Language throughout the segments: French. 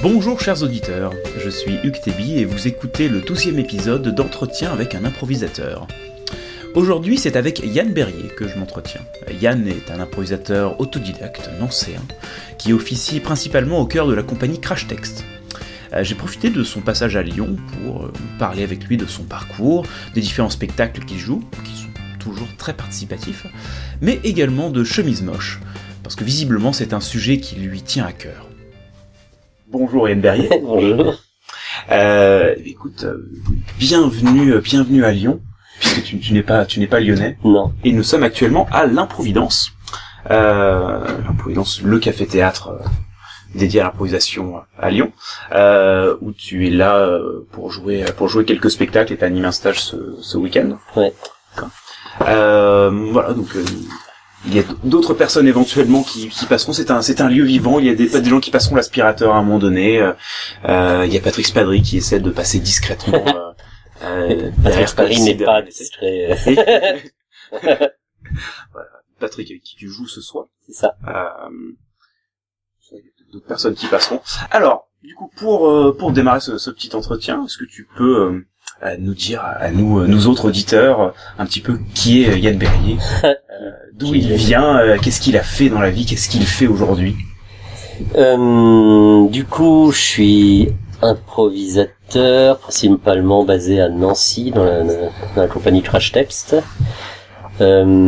Bonjour chers auditeurs, je suis Hugues Théby et vous écoutez le 12e épisode d'Entretien avec un improvisateur. Aujourd'hui c'est avec Yann Berrier que je m'entretiens. Yann est un improvisateur autodidacte nancéen qui officie principalement au cœur de la compagnie Crash Text. J'ai profité de son passage à Lyon pour parler avec lui de son parcours, des différents spectacles qu'il joue, qui sont toujours très participatifs, mais également de Chemise Moche, parce que visiblement c'est un sujet qui lui tient à cœur. Bonjour Yann Berrier. Bonjour. Écoute, bienvenue à Lyon, puisque tu n'es pas lyonnais. Non. Et nous sommes actuellement à l'Improvidence. L'Improvidence, le café-théâtre dédié à l'improvisation à Lyon, où tu es là pour jouer quelques spectacles et t'animes un stage ce week-end. Ouais. Voilà, donc il y a d'autres personnes éventuellement qui passeront. C'est un lieu vivant. Il y a des gens qui passeront l'aspirateur à un moment donné. Il y a Patrick Spadry qui essaie de passer discrètement. Patrick Spadry n'est pas discret. Voilà, Patrick avec qui tu joues ce soir. C'est ça. Il y a d'autres personnes qui passeront. Alors, du coup, pour démarrer ce petit entretien, est-ce que tu peux nous dire à nous autres auditeurs un petit peu qui est Yann Berrier, d'où il vient, qu'est-ce qu'il a fait dans la vie, qu'est-ce qu'il fait aujourd'hui? Du coup, je suis improvisateur, principalement basé à Nancy, dans la compagnie Crash Text. Et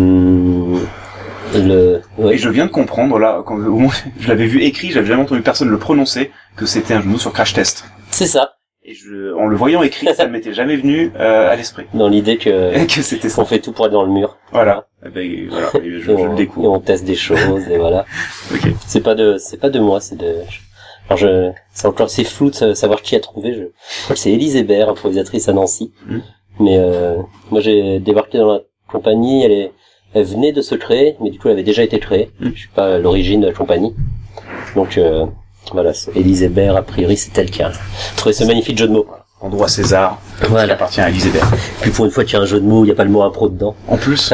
je viens de comprendre, là, quand au moins, je l'avais vu écrit, j'avais jamais entendu personne le prononcer, que c'était un jeu de mots sur Crash Test. C'est ça. Et en le voyant écrit, ça ne m'était jamais venu à l'esprit. Dans l'idée que c'était ça. On fait tout pour être dans le mur. Voilà. Et je le découvre. Et on teste des choses, et voilà. Okay. C'est pas de moi, c'est de... Alors c'est flou de savoir qui a trouvé. Je crois que c'est Élise Hébert, improvisatrice à Nancy. Mais moi j'ai débarqué dans la compagnie, elle venait de se créer, mais du coup elle avait déjà été créée. Je suis pas à l'origine de la compagnie. Donc voilà, Élise Hébert, a priori c'est elle qui a trouvé ce magnifique jeu de mots. En droit César, voilà. Qui appartient à Élise Hébert. Puis pour une fois qu'il y a un jeu de mots, il n'y a pas le mot impro dedans. En plus.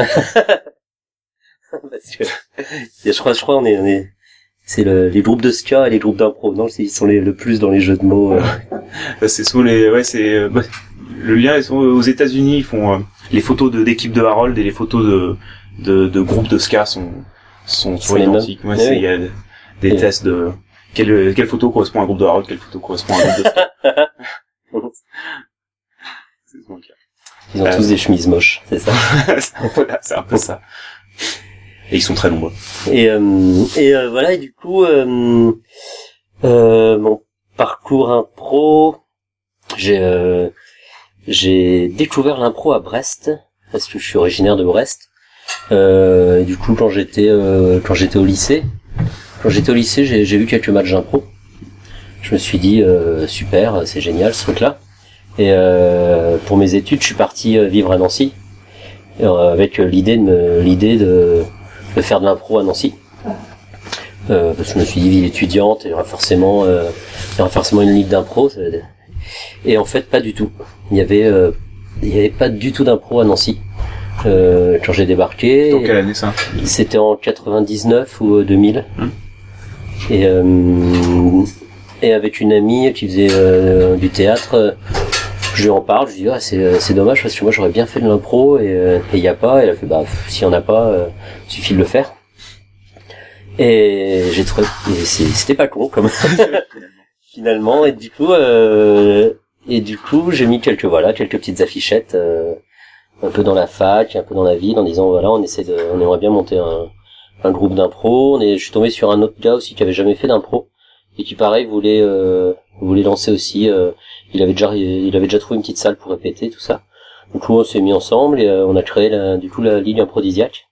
Parce que je crois on est c'est les groupes de ska et les groupes d'impro, non, ils sont le plus dans les jeux de mots. C'est sous le lien, ils sont aux États-Unis, ils font les photos d'équipes de Harold et les photos de groupes de ska sont identiques. Ouais, il y a des tests de quelle photo correspond à un groupe de Harold, quelle photo correspond à un groupe de ska. C'est souvent le cas. Ils ont tous des chemises moches, c'est ça. Voilà, c'est un peu ça. Et ils sont très nombreux. Et voilà, et du coup mon parcours impro, j'ai découvert l'impro à Brest parce que je suis originaire de Brest. Du coup quand j'étais au lycée, j'ai vu quelques matchs d'impro. Je me suis dit super, c'est génial ce truc-là. Et pour mes études, je suis parti vivre à Nancy avec l'idée de faire de l'impro à Nancy. Parce que je me suis dit ville étudiante, il y aura forcément une ligue d'impro. Et en fait pas du tout. Il y avait pas du tout d'impro à Nancy. Quand j'ai débarqué. Dans quelle année ça? C'était en 99 ou 2000. Et avec une amie qui faisait du théâtre, je lui en parle, je lui dis c'est dommage parce que moi j'aurais bien fait de l'impro et y a pas. Et elle a fait s'il y en a pas, suffit de le faire. Et j'ai trouvé c'était pas con comme finalement. Et du coup j'ai mis quelques petites affichettes un peu dans la fac, un peu dans la ville en disant voilà on aimerait bien monter un groupe d'impro. Je suis tombé sur un autre gars aussi qui avait jamais fait d'impro et qui pareil voulait lancer aussi. Il avait déjà trouvé une petite salle pour répéter tout ça. Du coup on s'est mis ensemble et on a créé la Ligue Improdisiaque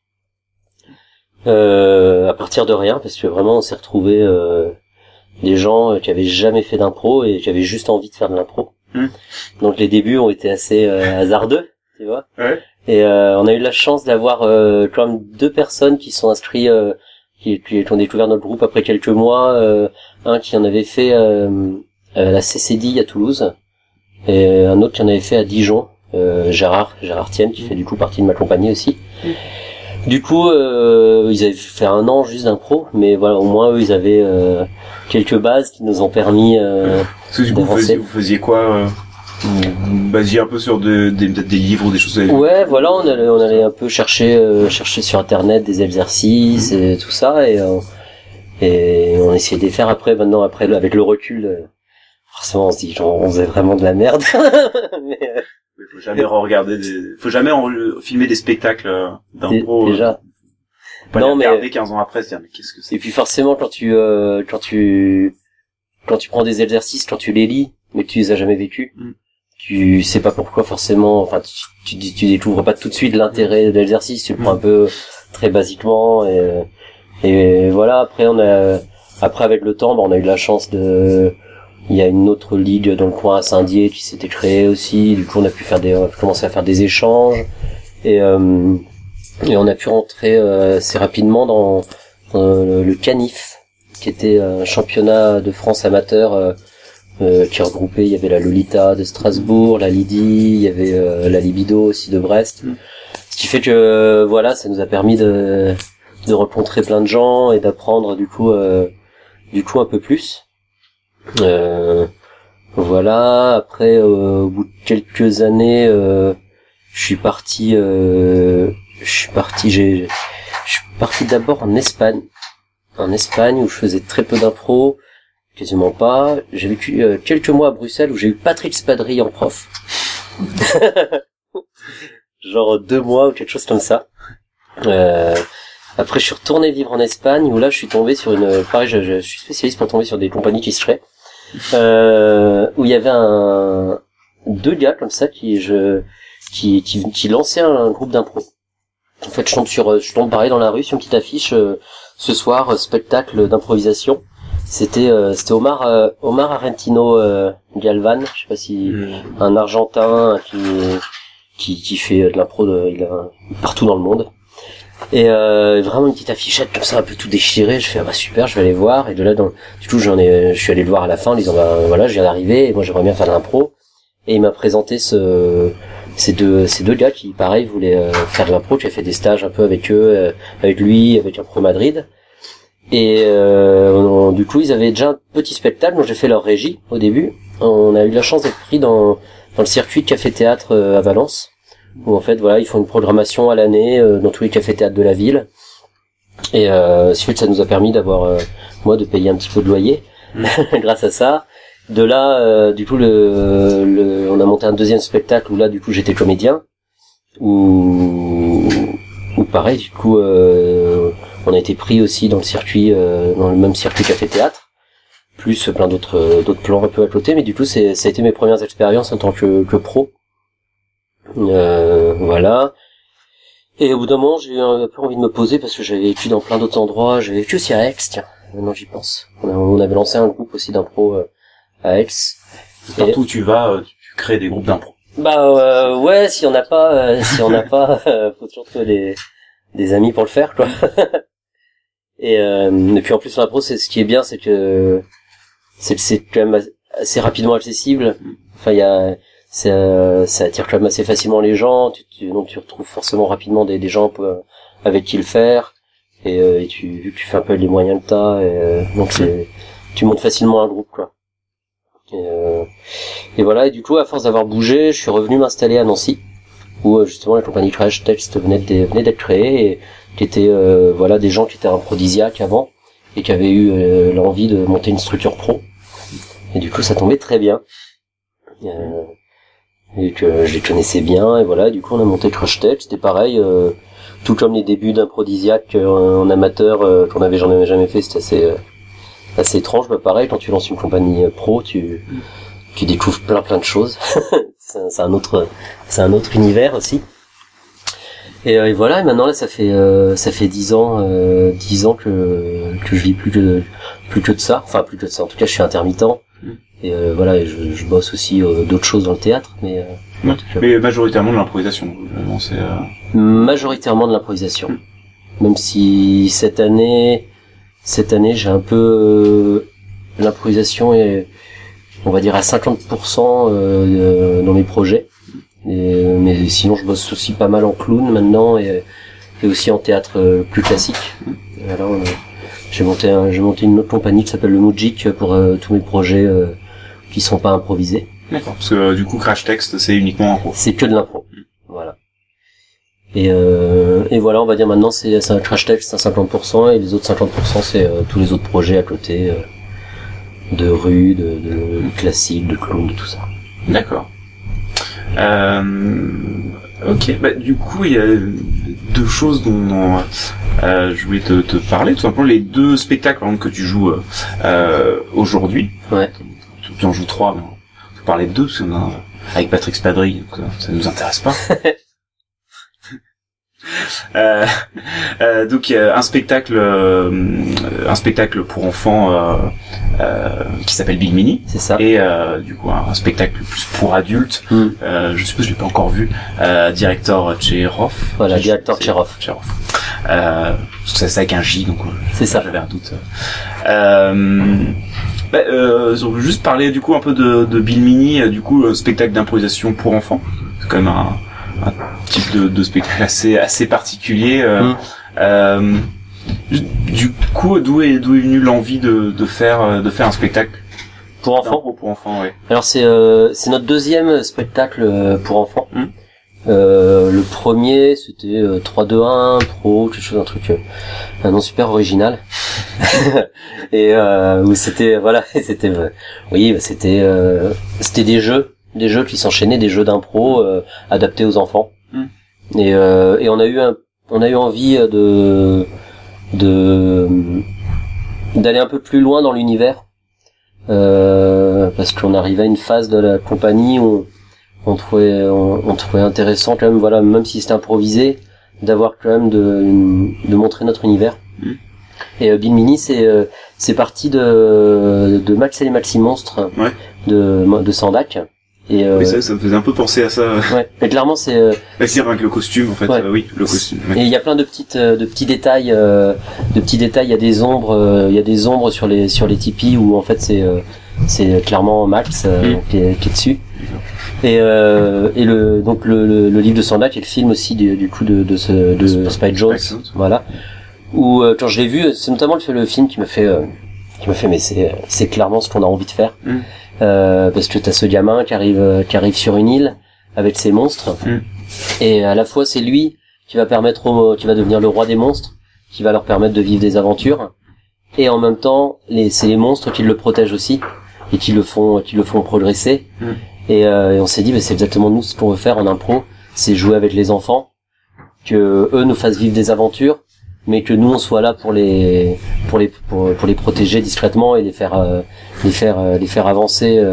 à partir de rien, parce que vraiment on s'est retrouvé des gens qui avaient jamais fait d'impro et qui avaient juste envie de faire de l'impro. Donc les débuts ont été assez hasardeux, tu vois. Ouais. Et on a eu la chance d'avoir quand même 2 personnes qui sont inscrits, qui ont découvert notre groupe après quelques mois. Un qui en avait fait la CCD à Toulouse et un autre qui en avait fait à Dijon, Gérard Tienne, qui fait du coup partie de ma compagnie aussi. Du coup, ils avaient fait 1 an juste d'impro, mais voilà, au moins eux, ils avaient quelques bases qui nous ont permis Parce que du coup, vous faisiez quoi vous basiez un peu sur peut-être des livres ou des choses. Ouais, voilà, on allait un peu chercher sur internet des exercices et tout ça, et on essayait de les faire après avec le recul. Forcément, on se dit, genre, on faisait vraiment de la merde. Mais, faut jamais faut jamais filmer des spectacles d'impro. Déjà. Pas les regarder 15 ans après, se dire, mais qu'est-ce que c'est? Et puis forcément, quand tu prends des exercices, quand tu les lis, mais que tu les as jamais vécus, tu sais pas pourquoi forcément, enfin, tu découvres pas tout de suite l'intérêt de l'exercice, tu le prends un peu très basiquement, et voilà, après avec le temps, on a eu la chance il y a une autre ligue dans le coin à Saint-Dié qui s'était créée aussi, du coup on a commencé à faire des échanges, et on a pu rentrer assez rapidement dans le Canif, qui était un championnat de France amateur qui regroupait, il y avait la Lolita de Strasbourg, la Lydie, il y avait la Libido aussi de Brest. Ce qui fait que voilà, ça nous a permis de rencontrer plein de gens et d'apprendre du coup un peu plus. Voilà, après au bout de quelques années je suis parti d'abord en Espagne où je faisais très peu d'impro, quasiment pas. J'ai vécu quelques mois à Bruxelles où j'ai eu Patrick Spadry en prof. Genre 2 mois ou quelque chose comme ça. Après je suis retourné vivre en Espagne où là je suis tombé sur pareil, je suis spécialiste pour tomber sur des compagnies qui se créent. Où il y avait 2 gars comme ça qui lançaient un groupe d'impro. En fait, je tombe pareil dans la rue sur une petite affiche, ce soir, spectacle d'improvisation. C'était Omar Argentino Galvan, je sais pas si, un Argentin qui fait de l'impro partout dans le monde. Et vraiment une petite affichette comme ça, un peu tout déchiré. Je fais super, je vais aller voir. Et de là, du coup, je suis allé le voir à la fin en disant voilà, je viens d'arriver et moi j'aimerais bien faire de l'impro. Et il m'a présenté ces deux gars qui pareil voulaient faire de l'impro. J'ai fait des stages un peu avec eux, avec lui, avec Impro Madrid. Et du coup, ils avaient déjà un petit spectacle dont j'ai fait leur régie au début. On a eu la chance d'être pris dans le circuit de café-théâtre à Valence, où en fait voilà, ils font une programmation à l'année dans tous les cafés-théâtres de la ville. Et ça nous a permis d'avoir moi de payer un petit peu de loyer grâce à ça. De là, du coup, on a monté un deuxième spectacle où là, du coup, j'étais comédien. Où pareil, du coup, on a été pris aussi dans le même circuit café-théâtre, plus plein d'autres plans un peu à côté. Mais du coup, ça a été mes premières expériences en tant que pro. Voilà. Et au bout d'un moment, j'ai eu un peu envie de me poser parce que j'avais vécu dans plein d'autres endroits. J'avais vécu aussi à Aix, tiens. Maintenant j'y pense. On avait lancé un groupe aussi d'impro à Aix. Partout où tu vas, tu crées des groupes d'impro. Ouais, si on n'a pas, faut toujours trouver des amis pour le faire, quoi. Et puis en plus l'impro, c'est ce qui est bien, c'est que c'est quand même assez rapidement accessible. Enfin, ça attire quand même assez facilement les gens. Donc tu retrouves forcément rapidement des gens avec qui le faire. Et vu que tu fais un peu les moyens que t'as, donc tu montes facilement un groupe, quoi. Et voilà, et du coup, à force d'avoir bougé, je suis revenu m'installer à Nancy, où justement la compagnie Crash Text venait d'être créée, et qui était voilà, des gens qui étaient aphrodisiaques avant, et qui avaient eu l'envie de monter une structure pro. Et du coup, ça tombait très bien. Et que je les connaissais bien, et voilà, du coup on a monté Crash Text, c'était pareil, tout comme les débuts d'Aphrodisiaque en amateur qu'on avait jamais fait, c'était assez étrange. Pareil, quand tu lances une compagnie pro, tu découvres plein de choses. c'est un autre univers aussi. Et voilà, et maintenant là ça fait 10 ans que je vis plus que de ça. Enfin, plus que de ça. En tout cas, je suis intermittent. Et voilà, je bosse aussi d'autres choses dans le théâtre, mais majoritairement de l'improvisation. Majoritairement de l'improvisation. Même si cette année j'ai un peu l'improvisation est, on va dire, à 50% dans mes projets. Mais sinon je bosse aussi pas mal en clown maintenant, et et aussi en théâtre plus classique. Et alors, j'ai monté une autre compagnie qui s'appelle le Moujik pour tous mes projets qui sont pas improvisés. D'accord. Parce que du coup, Crash Text, c'est uniquement impro. C'est que de l'impro. Voilà. Et voilà, on va dire maintenant c'est un Crash Text à 50% et les autres 50% c'est tous les autres projets à côté de rue, de classique, de clown, de tout ça. D'accord. Ok, bah du coup il y a deux choses dont je voulais te parler, tout simplement les deux spectacles par exemple que tu joues aujourd'hui. Ouais. Tu en joues 3, mais on peut parler de 2 parce qu'on a avec Patrick Spadry, donc ça nous intéresse pas. Donc un spectacle pour enfants qui s'appelle Bill Mini. C'est ça. Et du coup un spectacle plus pour adultes. Je suppose que je l'ai pas encore vu. Directeur Tcherov. Voilà, directeur Tcherov. Parce que c'est avec un J, donc c'est ça. J'avais un doute. On veut juste parler du coup un peu de Bill Mini, du coup spectacle d'improvisation pour enfants. C'est quand même un type de spectacle assez particulier. Du coup, d'où est venue l'envie de faire un spectacle pour enfants? Pour enfants, ouais. Alors c'est notre deuxième spectacle pour enfants. Le premier c'était 3-2-1 pro, quelque chose, un nom super original. Et où c'était c'était des jeux qui s'enchaînaient, des jeux d'impro adaptés aux enfants. Et on a eu envie d'aller un peu plus loin dans l'univers, parce qu'on arrivait à une phase de la compagnie où on trouvait intéressant quand même, voilà, même si c'était improvisé, d'avoir quand même de montrer notre univers. Et Bill Mini c'est parti de Max et les Maxi Monstres, ouais, de Sandak. Et oui, ça me faisait un peu penser à ça. Ouais. Et clairement c'est avec le costume en fait. Ouais. Oui, le costume. Ouais. Et il y a plein de petits détails, il y a des ombres sur les tipis où en fait c'est clairement Max qui est dessus. Et le livre de Sandak et le film aussi du coup de Spike Jonze, voilà. Où quand je l'ai vu, c'est notamment le film qui m'a fait mais c'est clairement ce qu'on a envie de faire. Parce que t'as ce gamin qui arrive sur une île avec ses monstres, et à la fois c'est lui qui va devenir le roi des monstres, qui va leur permettre de vivre des aventures, et en même temps c'est les monstres qui le protègent aussi et qui le font progresser. Et on s'est dit c'est exactement nous ce qu'on veut faire en impro, c'est jouer avec les enfants, que eux nous fassent vivre des aventures, mais que nous on soit là pour les protéger discrètement et les faire avancer,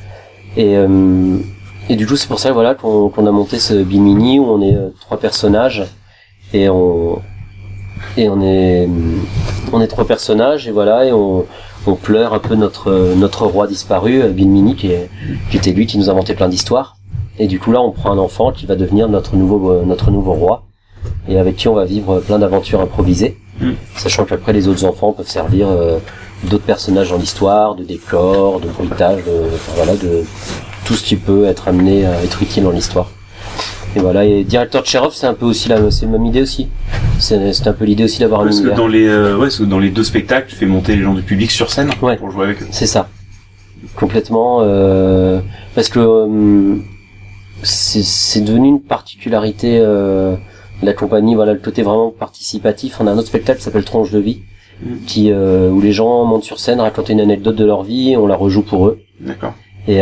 et du coup c'est pour ça voilà qu'on a monté ce Bill Mini où on est 3 personnages et on est 3 personnages et voilà, et on pleure un peu notre roi disparu, Bill Mini, qui était lui qui nous a inventé plein d'histoires, et du coup là on prend un enfant qui va devenir notre nouveau roi, et avec qui on va vivre plein d'aventures improvisées, sachant qu'après les autres enfants peuvent servir d'autres personnages dans l'histoire, de décors, de bruitage, de tout ce qui peut être amené à être utile dans l'histoire. Et voilà, et directeur Tcherov, c'est un peu aussi c'est la même idée aussi. C'est un peu l'idée aussi d'avoir un univers. Parce que dans les deux spectacles, tu fais monter les gens du public sur scène pour jouer avec eux. C'est ça. Complètement, parce que c'est devenu une particularité de la compagnie, voilà, le côté vraiment participatif. On a un autre spectacle qui s'appelle Tronche de vie, où les gens montent sur scène, racontent une anecdote de leur vie, et on la rejoue pour eux. D'accord. Et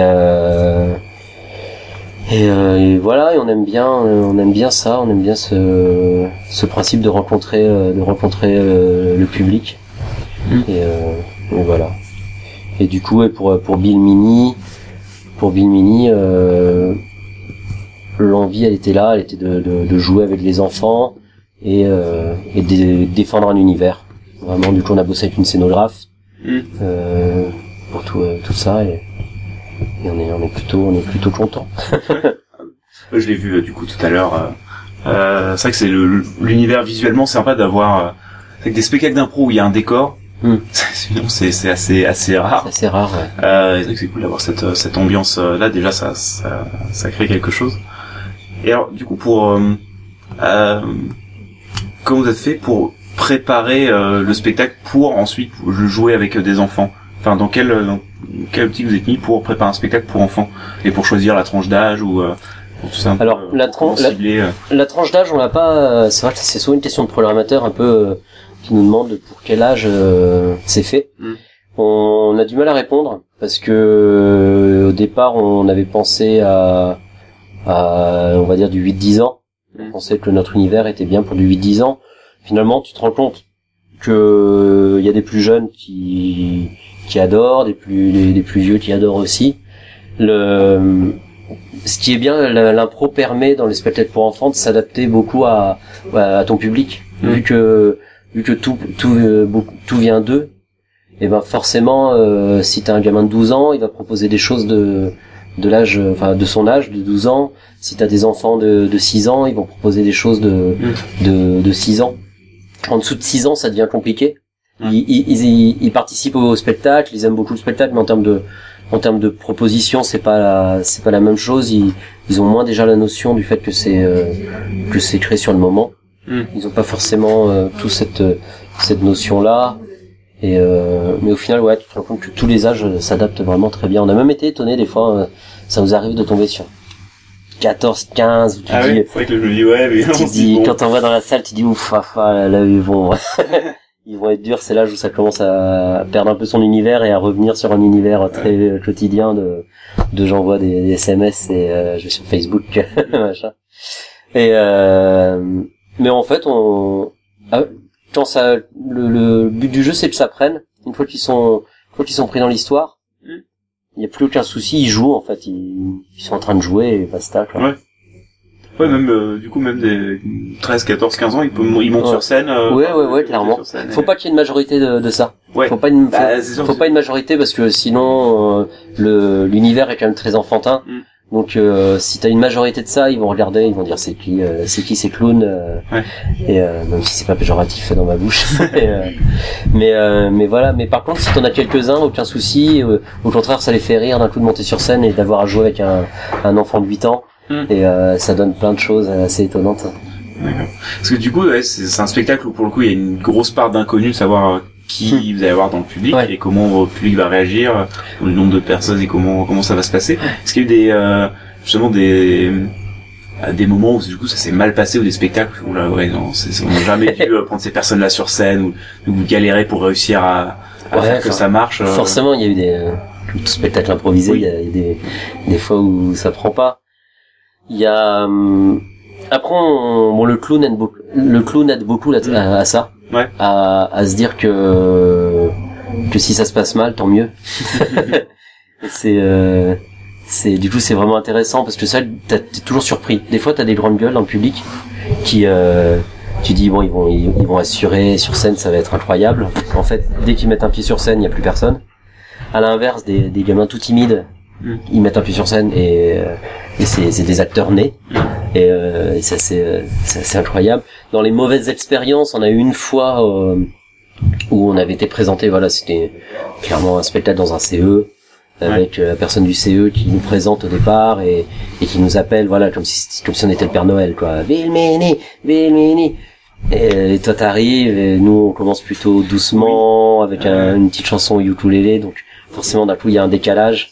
voilà, et on aime bien ça, on aime bien ce principe de rencontrer le public. Et voilà. Et du coup, pour Bill Mini, l'envie elle était là, elle était de jouer avec les enfants et de défendre un univers. Vraiment, du coup on a bossé avec une scénographe pour tout ça, et on est plutôt content. Je l'ai vu du coup tout à l'heure. C'est vrai que c'est l'univers visuellement sympa d'avoir avec des spectacles d'impro où il y a un décor. Sinon c'est assez rare. C'est assez rare, ouais. C'est vrai que c'est cool d'avoir cette ambiance là, déjà ça crée quelque chose. Et alors du coup pour comment vous êtes fait pour préparer le spectacle pour ensuite le jouer avec des enfants? Enfin, dans quelle optique vous êtes mis pour préparer un spectacle pour enfants et pour choisir la tranche d'âge ou pour tout ça? Alors la tranche d'âge, on l'a pas. C'est vrai que c'est souvent une question de programmateur un peu qui nous demande pour quel âge c'est fait. On a du mal à répondre parce que au départ on avait pensé à on va dire du 8-10 ans. On pensait que notre univers était bien pour du 8-10 ans. Finalement, tu te rends compte que il y a des plus jeunes qui adorent, des plus vieux qui adorent aussi. Ce qui est bien, l'impro permet dans les spectacles pour enfants de s'adapter beaucoup à ton public, vu que tout vient d'eux. Et ben forcément, si t'as un gamin de 12 ans, il va proposer des choses de l'âge, enfin de son âge, de 12 ans. Si t'as des enfants de 6 ans, ils vont proposer des choses de 6 ans. En dessous de 6 ans, ça devient compliqué. Ils participent au spectacle, ils aiment beaucoup le spectacle, mais en termes de proposition, c'est pas la même chose. Ils ont moins déjà la notion du fait que c'est créé sur le moment. Ils ont pas forcément tout cette notion là. Et mais au final, ouais, tu te rends compte que tous les âges s'adaptent vraiment très bien. On a même été étonnés des fois, ça nous arrive de tomber sur 14, 15, où tu dis, oui, c'est vrai que je me dis, ouais, mais tu dis, bon. Quand t'en vas dans la salle, tu dis, ouf, là, ils vont être durs, c'est l'âge où ça commence à perdre un peu son univers et à revenir sur un univers très quotidien de j'envoie des SMS et je vais sur Facebook, machin. Et mais en fait, quand ça, le but du jeu, c'est que ça prenne. Une fois qu'ils sont pris dans l'histoire, il y a plus aucun souci, ils jouent en fait, ils sont en train de jouer et basta quoi. Ouais, même du coup même des 13, 14, 15 ans, ils montent sur scène. Ouais, clairement. Faut pas qu'il y ait une majorité de ça. Ouais. Faut pas une majorité parce que sinon l'univers est quand même très enfantin. Donc si t'as une majorité de ça, ils vont regarder, ils vont dire c'est qui ces clowns et même si c'est pas péjoratif dans ma bouche. mais voilà, mais par contre si t'en as quelques-uns, aucun souci, au contraire ça les fait rire d'un coup de monter sur scène et d'avoir à jouer avec un enfant de 8 ans et ça donne plein de choses assez étonnantes. D'accord. Parce que du coup c'est un spectacle où pour le coup il y a une grosse part d'inconnu, de savoir qui vous allez avoir dans le public et comment le public va réagir, le nombre de personnes et comment ça va se passer. Est-ce qu'il y a eu justement des moments où du coup ça s'est mal passé, ou des spectacles où là on n'a jamais dû prendre ces personnes-là sur scène ou galérer pour réussir à faire que ça marche. Forcément, il y a eu des spectacles improvisés, il y a des fois où ça prend pas. Il y a après le clown aide beaucoup à ça. Ouais. À se dire que si ça se passe mal, tant mieux. Du coup c'est vraiment intéressant parce que ça t'es toujours surpris. Des fois t'as des grandes gueules dans le public qui tu dis bon ils vont assurer sur scène, ça va être incroyable. En fait dès qu'ils mettent un pied sur scène, il y a plus personne. À l'inverse des gamins tout timides, ils mettent un pied sur scène et c'est des acteurs nés. Et ça c'est incroyable. Dans les mauvaises expériences, on a eu une fois où on avait été présenté, voilà, c'était clairement un spectacle dans un CE avec la personne du CE qui nous présente au départ et qui nous appelle, voilà, comme si on était le Père Noël quoi. Vilmeni. Et toi t'arrives et nous on commence plutôt doucement avec une petite chanson ukulélé, donc forcément d'un coup il y a un décalage.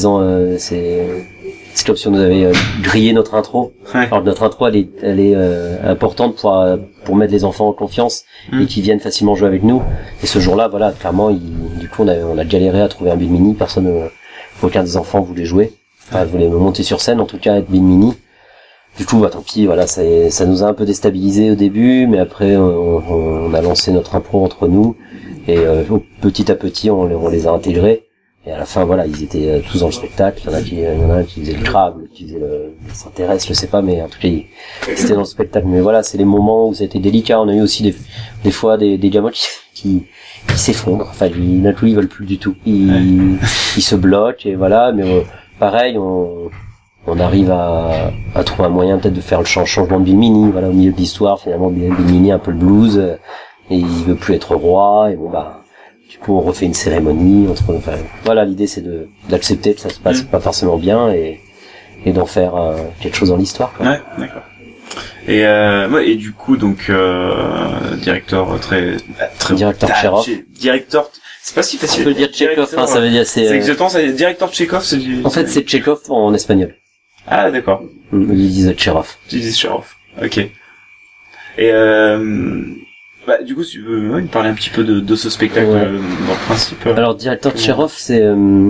C'est comme si on nous avait grillé notre intro. Alors notre intro elle est importante pour mettre les enfants en confiance et qu'ils viennent facilement jouer avec nous. Et ce jour-là, voilà, clairement, du coup on a galéré à trouver un Bill Mini. Aucun des enfants voulait jouer. Enfin, voulait monter sur scène, en tout cas être Bill Mini. Du coup, tant pis, voilà, ça nous a un peu déstabilisé au début, mais après on a lancé notre impro entre nous et petit à petit on les a intégrés. Et à la fin, voilà, ils étaient tous dans le spectacle. Il y en a un qui faisait le crabe, qui faisait le s'intéresse, je sais pas, mais en tout cas, ils étaient dans le spectacle. Mais voilà, c'est les moments où ça a été délicat. On a eu aussi des fois des gamins qui s'effondrent. Enfin, d'un coup, ils veulent plus du tout. Ils se bloquent et voilà. Mais pareil, on arrive à trouver un moyen peut-être de faire le changement de Bill Mini. Voilà, au milieu de l'histoire, finalement, Bill Mini un peu le blues et il veut plus être roi. Et bon bah. Du coup, on refait une cérémonie. Voilà, l'idée c'est d'accepter que ça se passe pas forcément bien et d'en faire quelque chose dans l'histoire. Ouais, d'accord. Et du coup, donc, directeur très Directeur Tchekhov. Directeur, c'est pas si facile. On peut dire Tchekhov, hein, ça veut dire c'est exactement ça. Directeur Tchekhov, c'est En fait, c'est Tchekhov en espagnol. Ah, d'accord. Ils disent Tcherov. Ils disent Tcherov. Ok. Et du coup, si tu veux me parler un petit peu de ce spectacle dans le principe. Alors, directeur Tcherov, c'était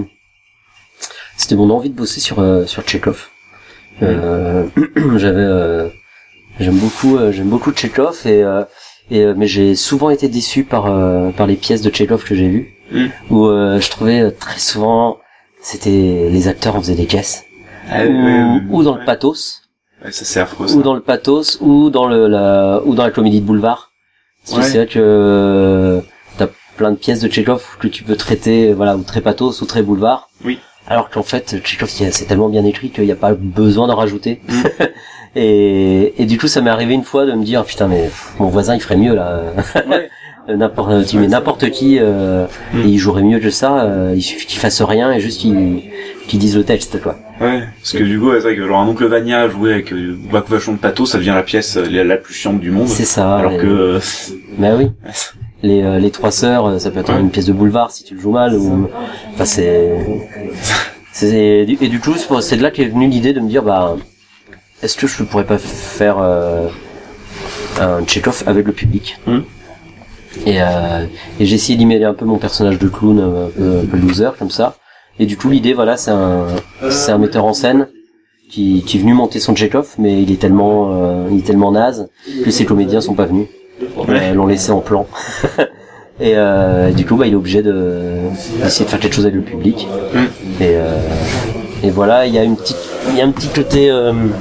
mon envie de bosser sur Tchekhov. J'aime beaucoup Tchekhov mais j'ai souvent été déçu par les pièces de Tchekhov que j'ai vues, où je trouvais très souvent c'était les acteurs en faisaient des caisses, ou dans le pathos. Ouais, ça c'est affreux. Ça. Ou dans le pathos, ou dans la comédie de boulevard. Parce que c'est vrai que t'as plein de pièces de Tchekhov que tu peux traiter, ou très pathos, ou très boulevard. Oui. Alors qu'en fait, Tchekhov, c'est tellement bien écrit qu'il n'y a pas besoin d'en rajouter. Et du coup, ça m'est arrivé une fois de me dire, putain, mais mon voisin, il ferait mieux, là. Ouais. n'importe qui, et il jouerait mieux que ça, il suffit qu'il fasse rien et juste qu'il dise le texte, quoi. Ouais, parce que du coup, c'est vrai que genre un oncle Vania jouer avec vachon de pathos, ça devient la pièce la plus chiante du monde. C'est ça. Alors que... Mais oui. Les trois sœurs, ça peut être une pièce de boulevard si tu le joues mal, enfin et du coup, c'est de là qu'est venue l'idée de me dire, est-ce que je pourrais pas faire un Tchekhov avec le public. Et j'ai essayé d'y mêler un peu mon personnage de clown, un peu loser comme ça. Et du coup, l'idée, c'est un metteur en scène qui est venu monter son Tchekhov, mais il est tellement naze que ses comédiens sont pas venus. L'ont laissé en plan. Et du coup, il est obligé d'essayer de faire quelque chose avec le public. Et voilà, il y a un petit côté,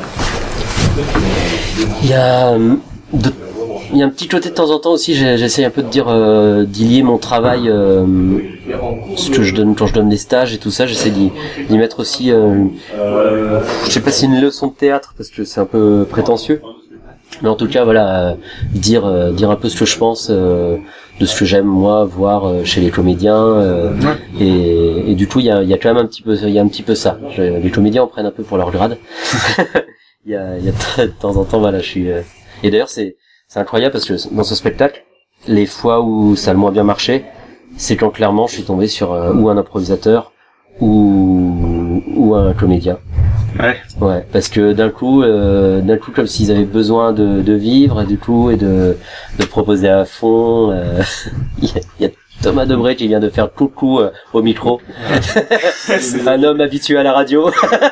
il y a un petit côté de temps en temps aussi, j'essaie un peu d'y lier mon travail, ce que je donne quand je donne des stages et tout ça, j'essaie d'y mettre aussi, je sais pas si une leçon de théâtre, parce que c'est un peu prétentieux, mais en tout cas, dire un peu ce que je pense, de ce que j'aime moi voir chez les comédiens, et du coup, il y a quand même un petit peu ça. Les comédiens en prennent un peu pour leur grade. Il y a de temps en temps, je suis, et d'ailleurs, c'est incroyable parce que dans ce spectacle, les fois où ça a le moins bien marché, c'est quand clairement je suis tombé sur ou un improvisateur ou un comédien. Ouais, parce que d'un coup comme s'ils avaient besoin de vivre, du coup, et de proposer à fond. Il y a Thomas Debré qui vient de faire coucou au micro. Un homme habitué à la radio.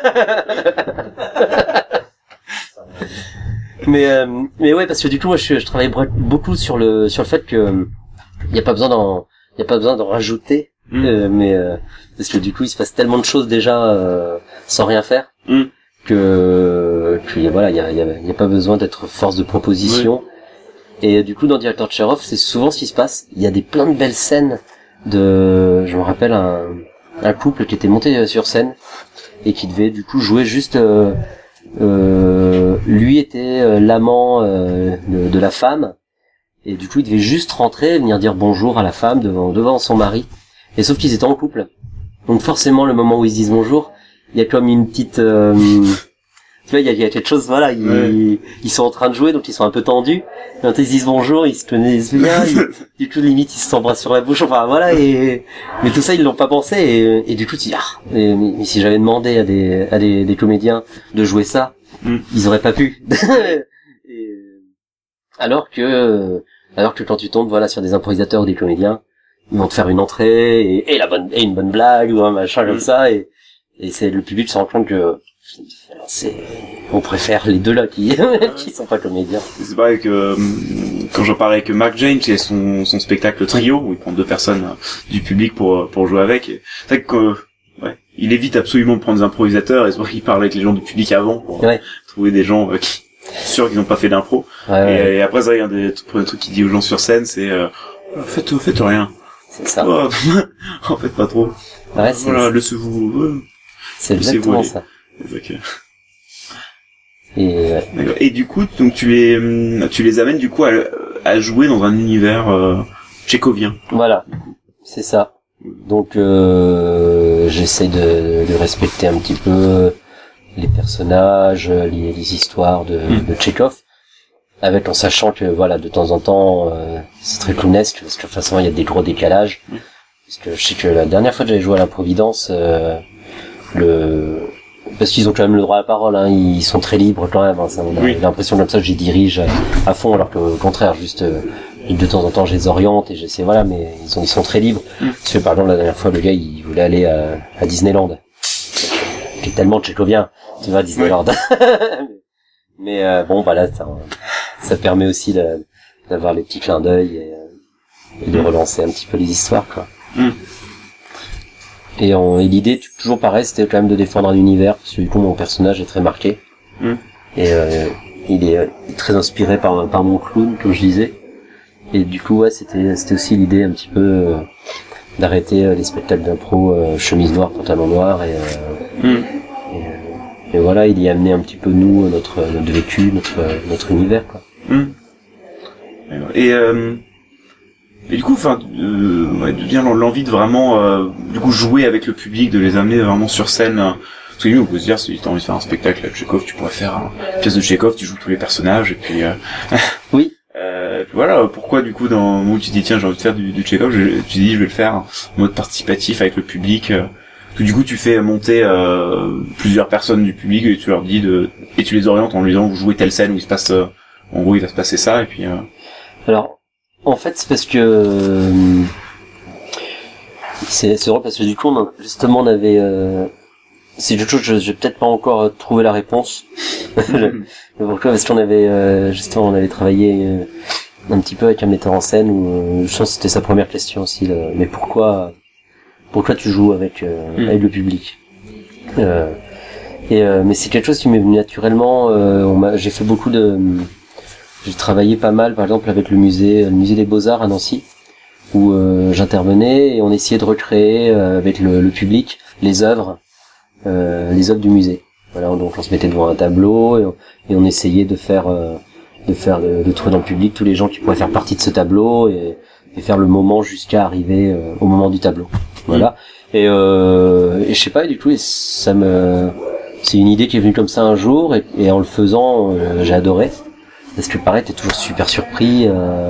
Mais ouais, parce que du coup, moi, je travaille beaucoup sur le fait que y a pas besoin d'en rajouter, parce que du coup, il se passe tellement de choses déjà sans rien faire, que y a pas besoin d'être force de proposition. Et du coup, dans Directeur Tcherov, c'est souvent ce qui se passe. Il y a plein de belles scènes je me rappelle un couple qui était monté sur scène et qui devait du coup jouer juste. Lui était l'amant de la femme, et du coup il devait juste rentrer, venir dire bonjour à la femme devant son mari, et sauf qu'ils étaient en couple, donc forcément le moment où ils se disent bonjour, il y a comme une petite tu vois, il y a quelque chose, ils sont en train de jouer, donc ils sont un peu tendus, quand ils se disent bonjour, ils se connaissent bien, du coup limite ils s'embrassent sur la bouche, enfin mais tout ça ils l'ont pas pensé, et du coup tu dis mais si j'avais demandé à des comédiens de jouer ça, ils auraient pas pu. Alors que quand tu tombes sur des improvisateurs ou des comédiens, ils vont te faire une entrée et une bonne blague ou un machin comme ça, et c'est le public se rend compte que on préfère les deux là qui sont pas comédiens. C'est pareil que quand j'en parlais avec Mark James, il y a son spectacle trio où il prend deux personnes du public pour jouer avec. C'est vrai que il évite absolument de prendre des improvisateurs, et c'est vrai qu'il parle avec les gens du public avant pour trouver des gens qui sûrs qu'ils n'ont pas fait d'impro. Et après, c'est vrai, un des premiers trucs qu'il dit aux gens sur scène, c'est faites rien. C'est ça. En fait, pas trop. Ouais, laissez-vous. C'est exactement ça. Okay. Et et du coup, donc tu les amènes du coup à jouer dans un univers tchécovien. Voilà, c'est ça. Donc j'essaie de respecter un petit peu les personnages, les histoires de Tchekhov, en sachant que voilà, de temps en temps, c'est très clownesque, parce que de toute façon, il y a des gros décalages. Parce que je sais que la dernière fois que j'avais joué à l'improvidence, parce qu'ils ont quand même le droit à la parole, hein, ils sont très libres quand même, hein, ça, on a l'impression comme ça que je les dirige à fond, alors que au contraire, juste de temps en temps je les oriente et j'essaie, voilà, mais ils sont très libres. Parce que par exemple la dernière fois le gars il voulait aller à Disneyland. Qui est tellement tchécovien, tu vas à Disneyland. Mais bon voilà, ça permet aussi d'avoir les petits clins d'œil et de relancer un petit peu les histoires, quoi. Et l'idée, toujours pareil, c'était quand même de défendre un univers, parce que du coup mon personnage est très marqué. Et il est très inspiré par mon clown, comme je disais. Et du coup, ouais, c'était aussi l'idée un petit peu d'arrêter les spectacles d'impro chemise noire, pantalon noir, et voilà, il y a amené un petit peu nous, notre vécu, notre univers, quoi. Et du coup, enfin, devient l'envie de vraiment, du coup, jouer avec le public, de les amener vraiment sur scène. Parce que nous, on peut se dire, si t'as envie de faire un spectacle à Tchekhov, tu pourrais faire une pièce de Tchekhov, tu joues tous les personnages, et puis. Oui. Puis voilà, pourquoi du coup, dans où tu dis tiens, j'ai envie de faire du Tchekhov, tu dis je vais le faire en mode participatif avec le public. Parce que du coup, tu fais monter plusieurs personnes du public et tu leur dis et tu les orientes en lui disant vous jouez telle scène où il se passe, en gros, il va se passer ça, et puis. Alors. En fait, c'est parce que c'est drôle parce que du coup, on avait c'est quelque chose que j'ai peut-être pas encore trouvé la réponse. Pourquoi ? Parce qu'on avait justement on avait travaillé un petit peu avec un metteur en scène où je pense que c'était sa première question aussi. Mais pourquoi tu joues avec le public ? Mais c'est quelque chose qui m'est venu naturellement. J'ai fait beaucoup j'ai travaillé pas mal, par exemple, avec le musée des Beaux-Arts à Nancy, où j'intervenais et on essayait de recréer avec le public les œuvres du musée. Voilà, donc on se mettait devant un tableau et on essayait de trouver dans le public tous les gens qui pourraient faire partie de ce tableau et faire le moment jusqu'à arriver au moment du tableau. Voilà. Et je sais pas, et du coup, c'est une idée qui est venue comme ça un jour et en le faisant, j'ai adoré. Parce que pareil, t'es toujours super surpris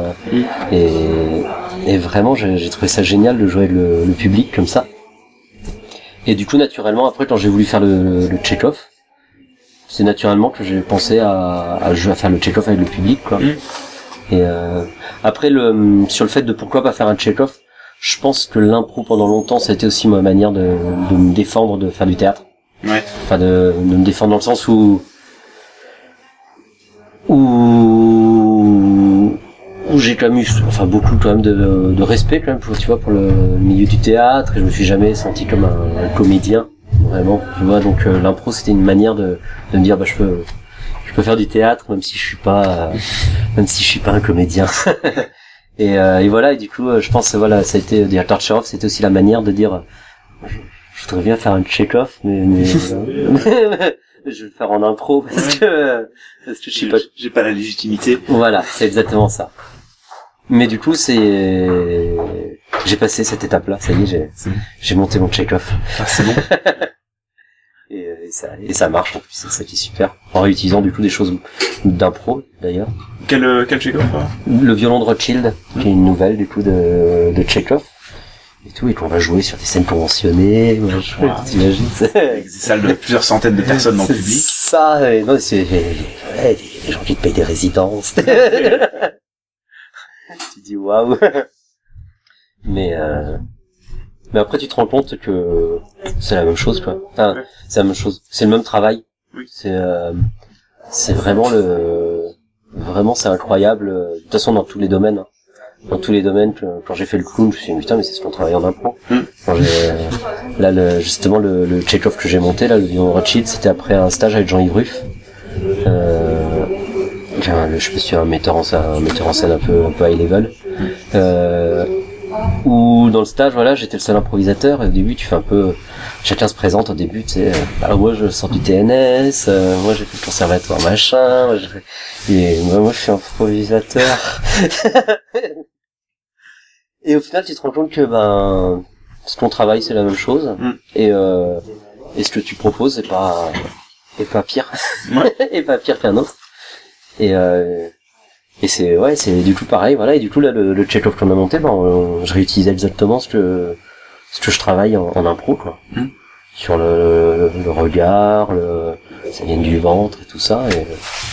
et vraiment j'ai trouvé ça génial de jouer avec le public comme ça. Et du coup naturellement après quand j'ai voulu faire le Tchekhov, c'est naturellement que j'ai pensé à faire le Tchekhov avec le public, quoi. Et après sur le fait de pourquoi pas faire un Tchekhov, je pense que l'impro pendant longtemps ça a été aussi ma manière de me défendre, de faire du théâtre. Ouais. Enfin de me défendre dans le sens où j'ai quand même eu beaucoup quand même de respect quand même pour le milieu du théâtre et je me suis jamais senti comme un comédien vraiment, tu vois, donc l'impro c'était une manière de me dire je peux faire du théâtre même si je suis pas un comédien. et voilà, et du coup je pense voilà, ça a été directeur Tchekhov, c'était aussi la manière de dire je voudrais bien faire un Tchekhov mais je vais le faire en impro parce que je suis pas. J'ai pas la légitimité. Voilà, c'est exactement ça. Mais du coup, j'ai passé cette étape-là. Ça y est, j'ai monté mon Tchekhov. Ah, c'est bon. et ça marche en plus. C'est ça qui est super. En réutilisant du coup des choses d'impro d'ailleurs. Quel Tchekhov? Le violon de Rothschild, qui est une nouvelle du coup de Tchekhov. Et tout, et qu'on va jouer sur des scènes conventionnées, t'imagines, avec des salles de plusieurs centaines de personnes dans le public. Ça, non, c'est des gens qui te payent des résidences. Tu dis waouh. Mais après tu te rends compte que c'est la même chose, quoi. Enfin, c'est la même chose, c'est le même travail. Oui. C'est vraiment c'est incroyable. De toute façon dans tous les domaines. Hein. Dans tous les domaines, quand j'ai fait le clown, je me suis dit putain mais c'est ce qu'on travaille en impro. Justement le Tchekhov que j'ai monté là, le violon Rothschild, c'était après un stage avec Jean-Yves Ruff. Je me suis un metteur en scène un peu high level. Où dans le stage voilà, j'étais le seul improvisateur et au début tu fais un peu chacun se présente au début, tu sais, moi je sors du TNS, moi j'ai fait le conservatoire machin, moi je suis improvisateur. Et au final tu te rends compte que ce qu'on travaille c'est la même chose et ce que tu proposes est pas pire. Ouais. Et pas pire qu'un autre. Et c'est du coup pareil, voilà. Et du coup là, le Tchekhov qu'on a monté, je réutilisais exactement ce que je travaille en impro, quoi. Sur le regard, ça vient du ventre et tout ça, et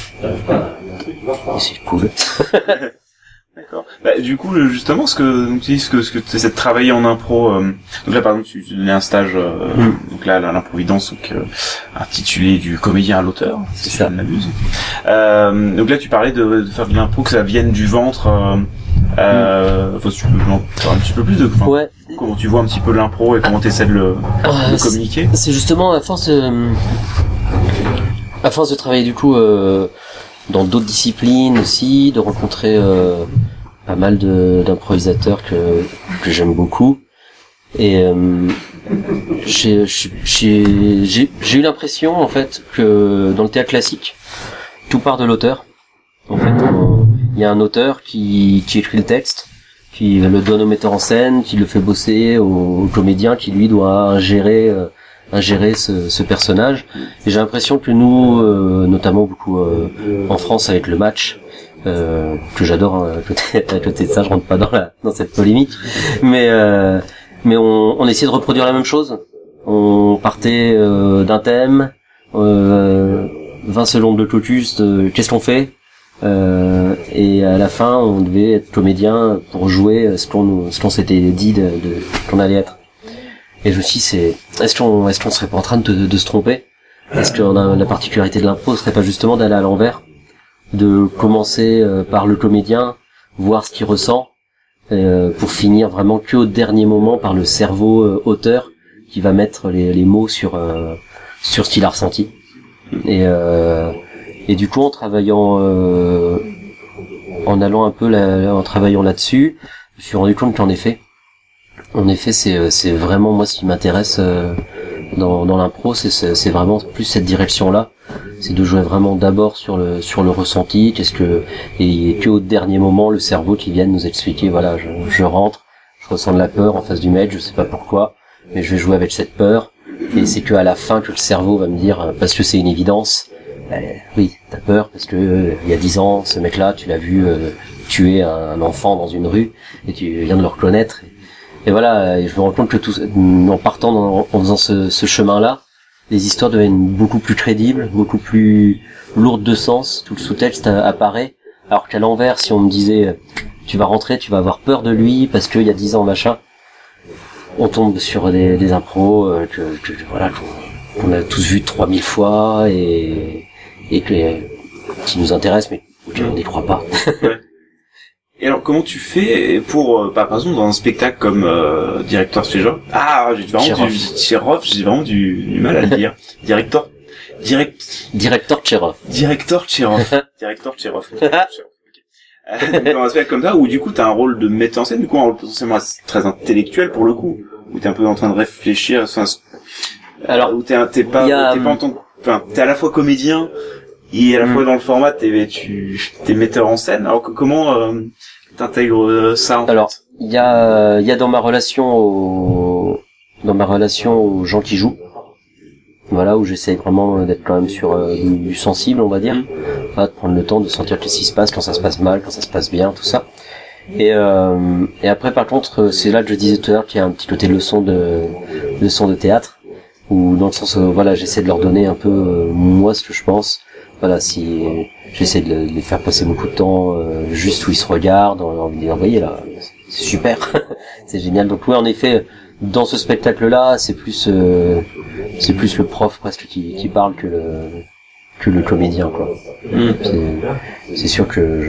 c'est cool. D'accord. Du coup, justement, donc tu dis ce que tu essaies de travailler en impro. Donc là, par exemple, tu donnais un stage. Donc là, à l'improvidence, intitulé du comédien à l'auteur, si ça. Je ne m'abuse. Donc là, tu parlais de faire de l'impro, que ça vienne du ventre. Tu peux en faire un petit peu plus de. Ouais. Comment tu vois un petit peu l'impro et comment tu essaies de le communiquer. C'est justement à force de travailler du coup dans d'autres disciplines aussi, de rencontrer pas mal d'improvisateurs que j'aime beaucoup, et j'ai eu l'impression en fait que dans le théâtre classique tout part de l'auteur. En fait, il y a un auteur qui écrit le texte, qui le donne au metteur en scène, qui le fait bosser au comédien, qui lui doit ingérer ce personnage. Et j'ai l'impression que nous, notamment beaucoup en France avec le match, que j'adore, à côté de ça, je rentre pas dans cette polémique, mais on essayait de reproduire la même chose. On partait d'un thème, 20 secondes de caucus, qu'est-ce qu'on fait, et à la fin on devait être comédien pour jouer ce qu'on s'était dit qu'on allait être. Et je me suis dit, est-ce qu'on serait pas en train de se tromper? Est-ce que la particularité de l'impro serait pas justement d'aller à l'envers, de commencer par le comédien, voir ce qu'il ressent, pour finir vraiment que au dernier moment par le cerveau auteur qui va mettre les mots sur ce qu'il a ressenti. Et du coup, en travaillant, en travaillant là-dessus, je me suis rendu compte qu'en effet, c'est vraiment moi ce qui m'intéresse dans l'impro, c'est vraiment plus cette direction-là, c'est de jouer vraiment d'abord sur le ressenti, et que au dernier moment le cerveau qui vienne nous expliquer, voilà, je rentre, je ressens de la peur en face du maître, je sais pas pourquoi, mais je vais jouer avec cette peur, et c'est que à la fin que le cerveau va me dire, parce que c'est une évidence, oui, t'as peur parce que il y a 10 ans, ce mec-là, tu l'as vu tuer un enfant dans une rue, et tu viens de le reconnaître. Et voilà, et je me rends compte que en partant en faisant ce chemin-là, les histoires deviennent beaucoup plus crédibles, beaucoup plus lourdes de sens, tout le sous-texte apparaît, alors qu'à l'envers, si on me disait tu vas rentrer, tu vas avoir peur de lui parce qu'il y a 10 ans, machin, on tombe sur des impros qu'on a tous vu 3000 fois et qui nous intéressent, mais auxquels on n'y croit pas. Ouais. Et alors, comment tu fais pour, par exemple, dans un spectacle comme Directeur Tchekhov? J'ai vraiment du mal à le dire. Directeur Tchekhov. Directeur Tchekhov. Dans un spectacle comme ça, où du coup t'as un rôle de metteur en scène, du coup un rôle potentiellement très intellectuel pour le coup, où t'es un peu en train de réfléchir, alors où t'es à la fois comédien et à la fois dans le format t'es metteur en scène. Alors comment t'intègres ça en fait? Alors il y a dans ma relation aux gens qui jouent, voilà, où j'essaye vraiment d'être quand même sur du sensible, on va dire, de prendre le temps de sentir qu'est-ce qui se passe, quand ça se passe mal, quand ça se passe bien, tout ça. Et après, par contre, c'est là que je disais tout à l'heure qu'il y a un petit côté leçon de théâtre, où dans le sens, voilà, j'essaie de leur donner un peu moi ce que je pense. Voilà, si j'essaie de les faire passer beaucoup de temps juste où ils se regardent, en disant, voyez là, c'est super, c'est génial. Donc oui, en effet, dans ce spectacle-là, c'est plus le prof presque qui parle que le comédien, quoi. C'est sûr que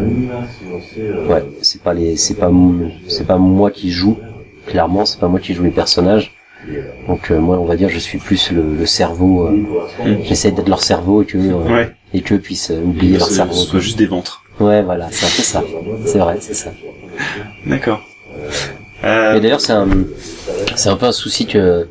c'est pas moi qui joue, clairement, c'est pas moi qui joue les personnages. Donc moi, on va dire, je suis plus le cerveau. J'essaie d'être leur cerveau et qu'eux puissent oublier leur cerveau. Ce soit juste des ventres. Ouais, voilà, c'est un peu ça. C'est vrai, c'est ça. D'accord. Et d'ailleurs, c'est un peu un souci que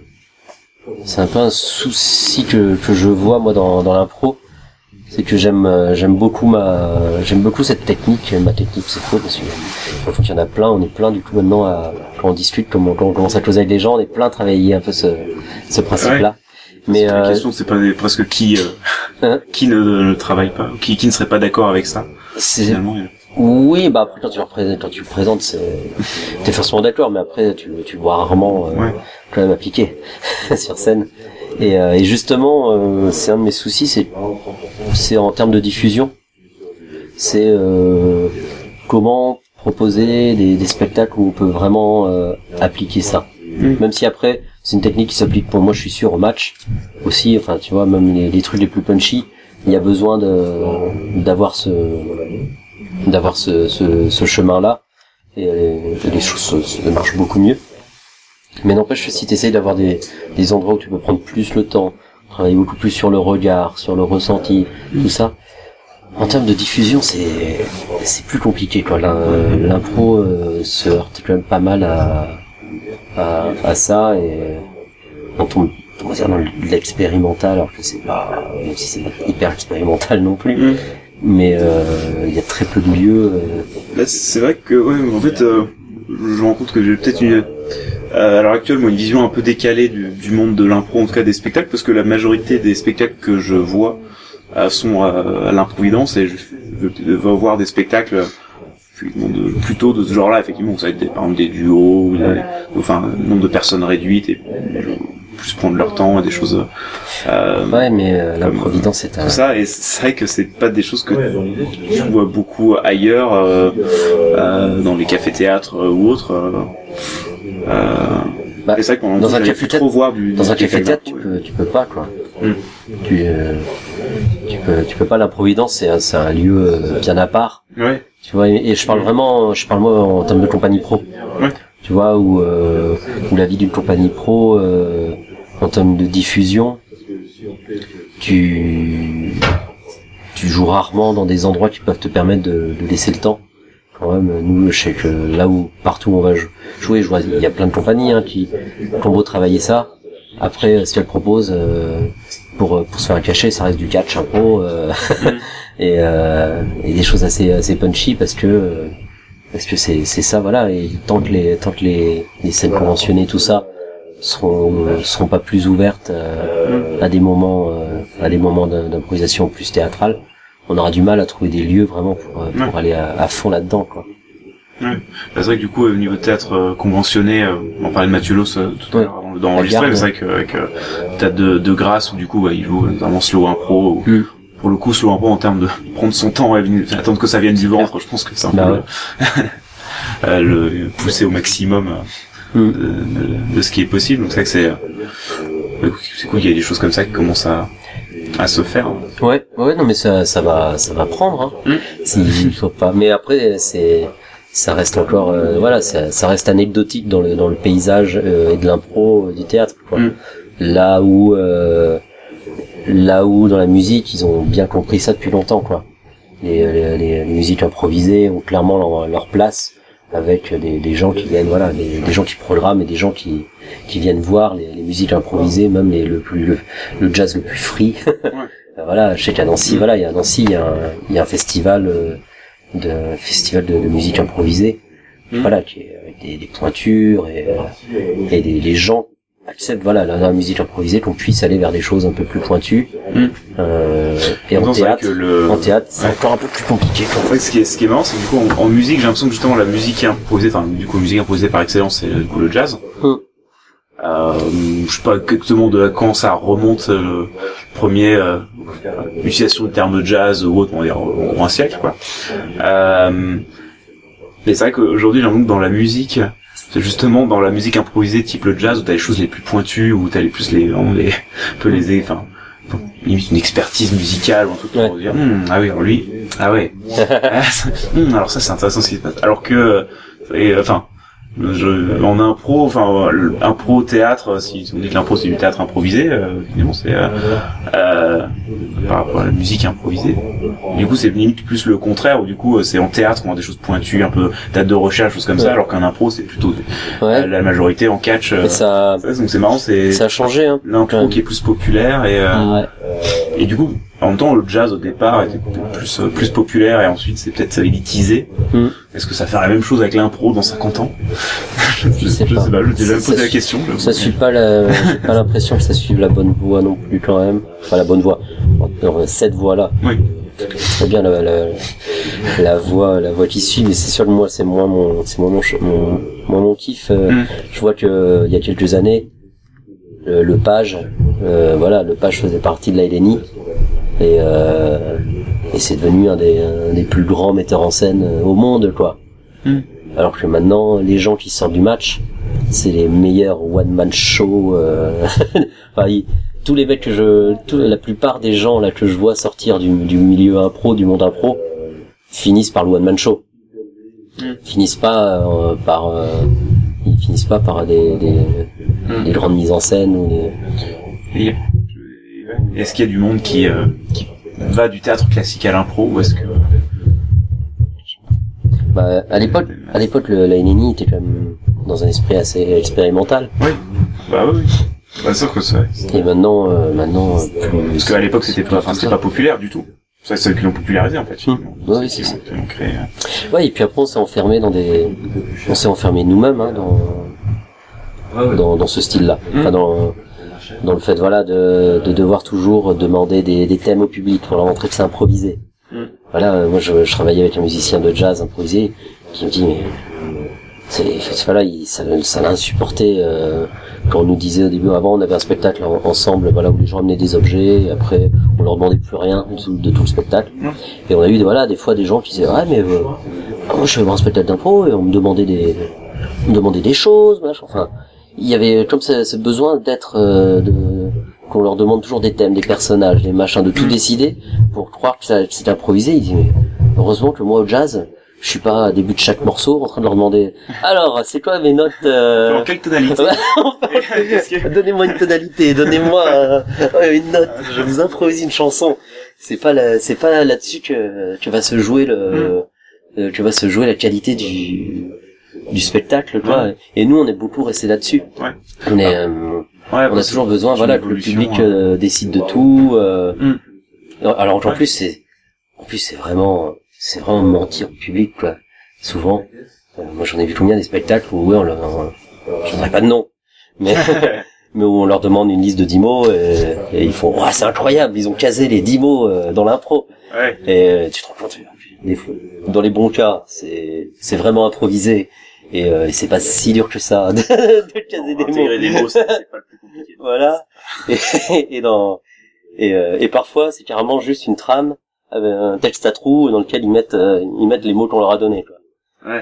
je vois moi dans l'impro, c'est que j'aime beaucoup cette technique. Ma technique, c'est faux parce que il y en a plein, on est plein du coup maintenant quand on discute, quand on commence à causer avec les gens, on est plein à travailler un peu ce principe-là. Ouais. Mais la question, c'est pas presque qui qui ne travaille pas, qui ne serait pas d'accord avec ça. Finalement, oui, bah après quand tu le présentes, t'es forcément d'accord, mais après tu le vois rarement quand même appliqué sur scène. Et justement, c'est un de mes soucis, c'est en termes de diffusion. C'est comment proposer des spectacles où on peut vraiment appliquer ça. Même si après c'est une technique qui s'applique pour moi, je suis sûr, au match aussi. Enfin, tu vois, même les trucs les plus punchy, il y a besoin d'avoir ce chemin-là, et les choses marchent beaucoup mieux. Mais n'empêche, si tu essayes d'avoir des endroits où tu peux prendre plus le temps, travailler beaucoup plus sur le regard, sur le ressenti, tout ça, en termes de diffusion, c'est plus compliqué, quoi. L'impro se heurte quand même pas mal à ça, et on tombe, on va dire, dans l'expérimental, alors que c'est pas, même si c'est pas hyper expérimental non plus. Mais il y a très peu de lieux. Là, c'est vrai que en fait, je me rends compte que j'ai peut-être à l'heure actuelle, moi, une vision un peu décalée du monde de l'impro, en tout cas des spectacles, parce que la majorité des spectacles que je vois sont à l'improvidence, et je vais voir des spectacles plutôt de ce genre-là, effectivement. Ça va être par exemple des duos, enfin, un nombre de personnes réduites, et plus prendre leur temps et des choses ouais, mais l'improvidence c'est tout ça, et c'est vrai que c'est pas des choses que je vois beaucoup ailleurs, dans les cafés-théâtres ou autres. C'est ça qu'on dans un café-théâtre, dans un café-théâtre, tu peux pas, quoi. Tu peux pas. L'improvidence, c'est un lieu bien à part. Ouais. Tu vois, et je parle moi en termes de compagnie pro. Ouais. Tu vois, où la vie d'une compagnie pro, en termes de diffusion, tu joues rarement dans des endroits qui peuvent te permettre de laisser le temps. Quand même, nous, je sais que là où partout on va jouer, je vois, il y a plein de compagnies qui ont beau travailler ça. Après, ce qu'elles proposent pour se faire un cachet, ça reste du catch impro et des choses assez punchy, parce que c'est ça, voilà. Et tant que les scènes conventionnées, tout ça, seront pas plus ouvertes à des moments d'improvisation plus théâtrale, on aura du mal à trouver des lieux vraiment pour aller à fond là-dedans, quoi. Ouais. C'est vrai que du coup, au niveau de théâtre conventionné, on parlait de Mathieu Loss tout à l'heure avant d'enregistrer, mais c'est vrai qu'avec théâtre de Grâce, où du coup, il joue vraiment slow impro, pour le coup, slow impro en termes de prendre son temps et attendre que ça vienne du ventre, je pense que c'est un peu le pousser au maximum de ce qui est possible. Donc c'est vrai que c'est cool, il y a des choses comme ça qui commencent à se faire. Ouais, non, mais ça va prendre, s'il faut pas. Mais après, ça reste encore, ça reste anecdotique dans le paysage et de l'impro du théâtre, quoi. Là où dans la musique, ils ont bien compris ça depuis longtemps, quoi. Les musiques improvisées ont clairement leur place, avec des gens qui viennent, des gens qui programment, et des gens qui viennent voir les musiques improvisées, même le jazz le plus free. Voilà, je sais qu'à Nancy, il y a un festival de musique improvisée, qui est avec des pointures, et les gens acceptent, la musique improvisée, qu'on puisse aller vers des choses un peu plus pointues. Et en théâtre, c'est encore un peu plus compliqué. En fait, ce qui est marrant, c'est que du coup, en musique, j'ai l'impression que justement la musique improvisée, musique improvisée par excellence, c'est du coup le jazz. Je sais pas exactement de quand ça remonte, premier utilisation du terme jazz ou autre, on va dire au moins un siècle, quoi. Mais c'est vrai qu'aujourd'hui, j'ai l'impression que dans la musique, c'est justement dans la musique improvisée type le jazz, où t'as les choses les plus pointues, où t'as limite une expertise musicale, ou un truc pour dire, alors ça c'est intéressant ce qui se passe. Alors que, en impro, impro théâtre, si on dit que l'impro c'est du théâtre improvisé, finalement c'est par rapport à la musique improvisée. Du coup c'est limite plus le contraire, où du coup c'est en théâtre on a des choses pointues, un peu date de recherche, choses comme ça, alors qu'un impro c'est plutôt la majorité en catch. Donc c'est marrant, ça a changé, l'impro qui est plus populaire, et du coup En même temps, le jazz au départ était plus populaire et ensuite c'est peut-être élitisé. Est-ce que ça fait la même chose avec l'impro dans 50 ans? Je sais pas, je t'ai jamais posé la question. Ça suit pas j'ai pas l'impression que ça suive la bonne voie non plus quand même. Enfin la bonne voie. Dans cette voie-là. Oui. Très bien la voix qui suit, mais c'est sûr que moi c'est moins mon kiff. Je vois que il y a quelques années le page le page faisait partie de la LNI et c'est devenu un des plus grands metteurs en scène au monde quoi. Alors que maintenant les gens qui sortent du match c'est les meilleurs one man show enfin, tous les mecs la plupart des gens là que je vois sortir du milieu impro, du monde impro, finissent par le one man show. Finissent pas par des grandes mises en scène ou des... Est-ce qu'il y a du monde qui va du théâtre classique à l'impro ou est-ce que à l'époque la NNI était quand même dans un esprit assez expérimental. Oui. Oui. Bah, sûr que c'est vrai. Et maintenant parce qu'à l'époque c'était pas populaire du tout. C'est ceux qui l'ont popularisé en fait. Oui, c'est ça. Ouais, et puis après on s'est enfermé nous-mêmes hein, dans ce style-là. Enfin dans le fait de devoir toujours demander des thèmes au public pour leur montrer que c'est improvisé. Voilà, moi je travaillais avec un musicien de jazz improvisé qui me dit mais ça l'a insupporté quand on nous disait au début, avant on avait un spectacle ensemble où les gens amenaient des objets et après on leur demandait plus rien de tout le spectacle et on a eu des fois des gens qui disaient mais moi je vais voir un spectacle d'impro et on me demandait des choses machin. Enfin il y avait comme ce besoin d'être qu'on leur demande toujours des thèmes, des personnages, des machins, de tout décider pour croire que c'est improvisé. Ils disent mais heureusement que moi au jazz je suis pas à début de chaque morceau en train de leur demander alors c'est quoi mes notes en quelle tonalité? Donnez-moi une tonalité, donnez-moi une note, je vous improvise une chanson. C'est pas là-dessus que va se jouer la qualité du spectacle quoi. Et nous on est beaucoup resté là-dessus. On a toujours besoin que le public décide de tout alors en plus c'est vraiment mentir au public quoi. Souvent moi j'en ai vu combien des spectacles où j'en aurais pas de nom mais où on leur demande une liste de 10 mots et ils font c'est incroyable, ils ont casé les 10 mots dans l'impro. Et tu te rends compte dans les bons cas c'est vraiment improvisé et c'est pas si dur que ça de caser des mots, c'est pas le plus compliqué. Voilà. Et parfois c'est carrément juste une trame avec un texte à trous dans lequel ils mettent les mots qu'on leur a donnés quoi.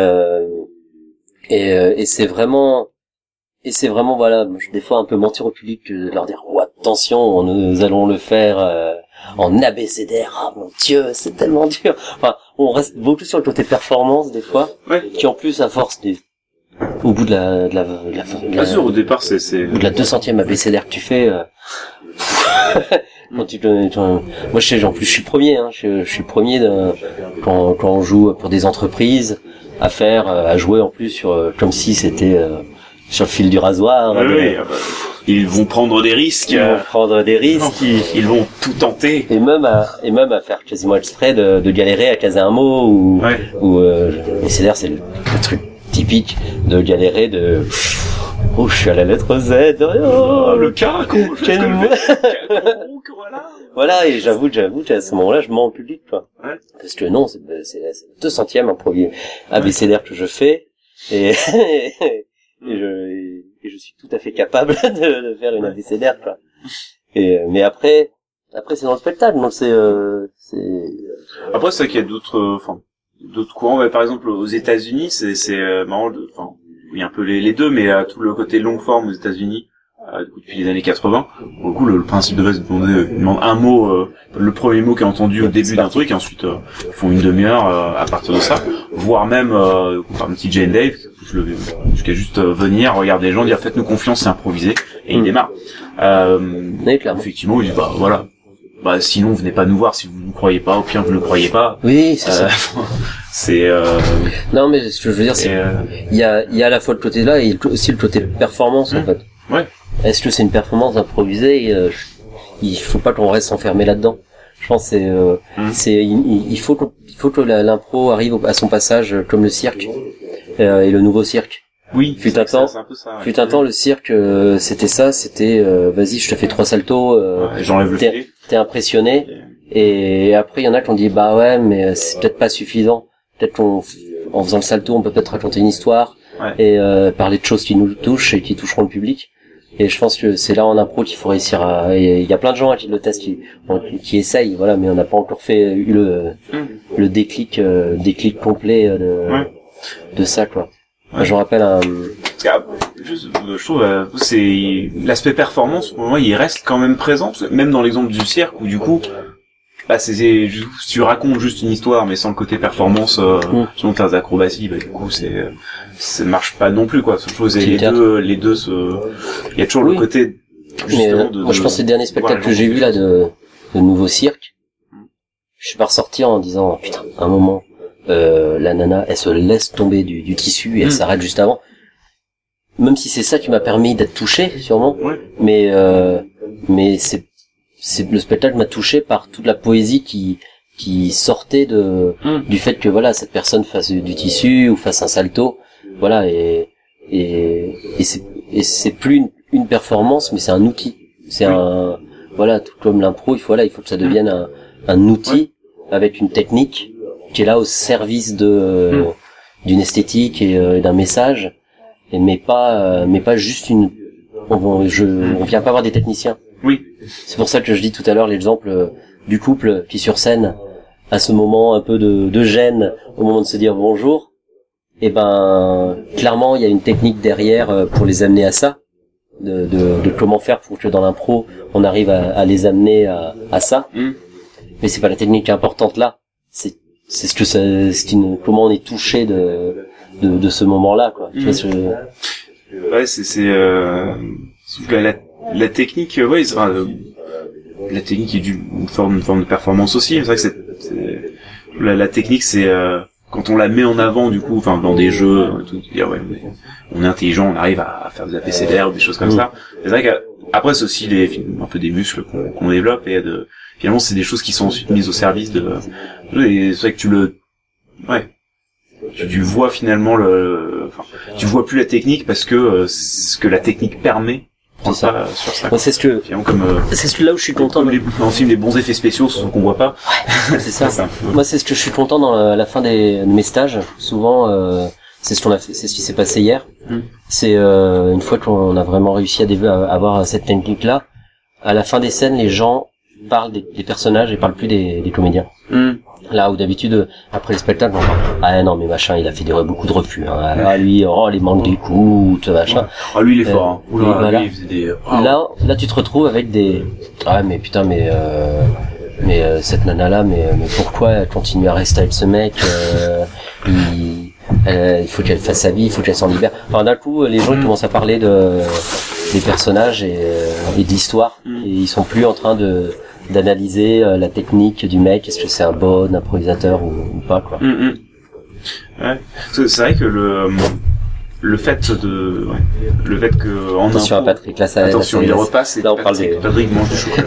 Et c'est vraiment des fois un peu mentir au public de leur dire attention nous allons le faire en abécédaire. Mon Dieu, c'est tellement dur. Enfin, on reste beaucoup sur le côté performance des fois, qui en plus à force au bout de la sûr, au départ c'est de la 200e abécédaire que tu fais quand moi en plus je suis premier je suis premier quand on joue pour des entreprises à jouer en plus sur comme si c'était sur le fil du rasoir. Ils vont prendre des risques. Ils vont tout tenter. Et même à faire quasiment exprès de galérer à caser un mot et c'est le truc typique de galérer je suis à la lettre Z. Le caracon. Voilà, et j'avoue qu'à ce moment-là, je mens au public, quoi. Parce que non, c'est la 200e improvisé abécédaire que je fais, et je suis tout à fait capable de faire une abécédaire, quoi. Mais après c'est dans le spectacle, donc c'est Après, c'est vrai qu'il y a d'autres courants. Par exemple, aux États-Unis, c'est marrant. Il y a un peu les deux, mais tout le côté longue forme aux États-Unis, depuis les années 80. Pour le coup, le principe de base, ils demandent un mot, le premier mot qui est entendu au début d'un truc, et ensuite ils font une demi-heure à partir de ça, voire même par un petit Jane Dave, jusqu'à juste venir, regarder les gens, dire faites-nous confiance, c'est improvisé, et il démarre. Effectivement, il dit voilà. Sinon venez pas nous voir si vous ne croyez pas, au pire vous ne croyez pas. Oui, c'est ça. C'est Non mais ce que je veux dire c'est il y a à la fois le côté là et aussi le côté performance en fait. Ouais. Est-ce que c'est une performance improvisée il faut pas qu'on reste enfermé là-dedans. Je pense que il faut que l'impro arrive à son passage comme le cirque et le nouveau cirque. Oui, fut un temps, fut un temps le cirque, c'était vas-y, je te fais 3 saltos, j'enlève le filet. T'es impressionné, et après il y en a qui ont dit bah ouais, mais c'est peut-être pas suffisant. Peut-être qu'en faisant le salto, on peut peut-être raconter une histoire et parler de choses qui nous touchent et qui toucheront le public. Et je pense que c'est là en impro qu'il faut réussir à. Il y a plein de gens qui le testent, qui essayent, voilà, mais on n'a pas encore eu le déclic complet de ça, quoi. Ouais. Je me rappelle je trouve c'est l'aspect performance pour moi il reste quand même présent, même dans l'exemple du cirque où du coup bah si tu racontes juste une histoire mais sans le côté performance sinon faire des acrobaties, bah du coup ça marche pas non plus, quoi. Je trouve les deux il y a toujours le côté justement moi je pense que le dernier spectacle que j'ai vu là de nouveau cirque, je suis pas ressorti en disant putain, un moment la nana elle se laisse tomber du tissu et elle s'arrête juste avant, même si c'est ça qui m'a permis d'être touché sûrement, mais c'est le spectacle m'a touché par toute la poésie qui sortait du fait que voilà, cette personne fasse du tissu ou fasse un salto, voilà, et c'est plus une performance, mais c'est un outil, c'est voilà, tout comme l'impro, il faut que ça devienne un outil avec une technique qui est là au service d'une esthétique et d'un message, mais pas juste on vient pas voir des techniciens. Oui. C'est pour ça que je dis tout à l'heure l'exemple du couple qui sur scène à ce moment un peu de gêne au moment de se dire bonjour. Et ben clairement il y a une technique derrière pour les amener à ça, de comment faire pour que dans l'impro on arrive à les amener à ça. Mais c'est pas la technique importante là. C'est comment on est touché de ce moment-là, quoi. Ouais, c'est la technique, la technique est une forme de performance aussi. C'est vrai que la technique, c'est quand on la met en avant, du coup, enfin dans des jeux, dire on est intelligent, on arrive à faire des abécédaires ou des choses comme ça. C'est vrai qu'après c'est aussi un peu des muscles qu'on développe et finalement c'est des choses qui sont ensuite mises au service et c'est vrai que tu vois finalement tu vois plus la technique parce que ce que la technique permet prend pas sur ça. Moi, c'est ce que là où je suis content. Comme dans le film, les bons effets spéciaux, ce qu'on voit pas. Ouais, c'est ça. Moi, c'est ce que je suis content dans la fin de mes stages. Souvent, c'est ce qui s'est passé hier. C'est une fois qu'on a vraiment réussi à avoir cette technique-là. À la fin des scènes, les gens parlent des personnages et parlent plus des comédiens. Là où d'habitude après le spectacle on parle ah non mais machin il a fait beaucoup de refus, hein. Lui les manques d'écoute machin, lui il est fort, hein. Voilà. Lui, il faisait des... là tu te retrouves avec des mais putain mais cette nana là mais pourquoi elle continue à rester avec ce mec, il faut qu'elle fasse sa vie, il faut qu'elle s'en libère. Enfin d'un coup les gens commencent à parler des personnages et de l'histoire et ils sont plus en train d'analyser la technique du mec, est-ce que c'est un bon improvisateur ou pas, quoi. Ouais. C'est vrai que le fait que en attention à Patrick, là ça attention il repasse et là on parle Patrick mange du chocolat.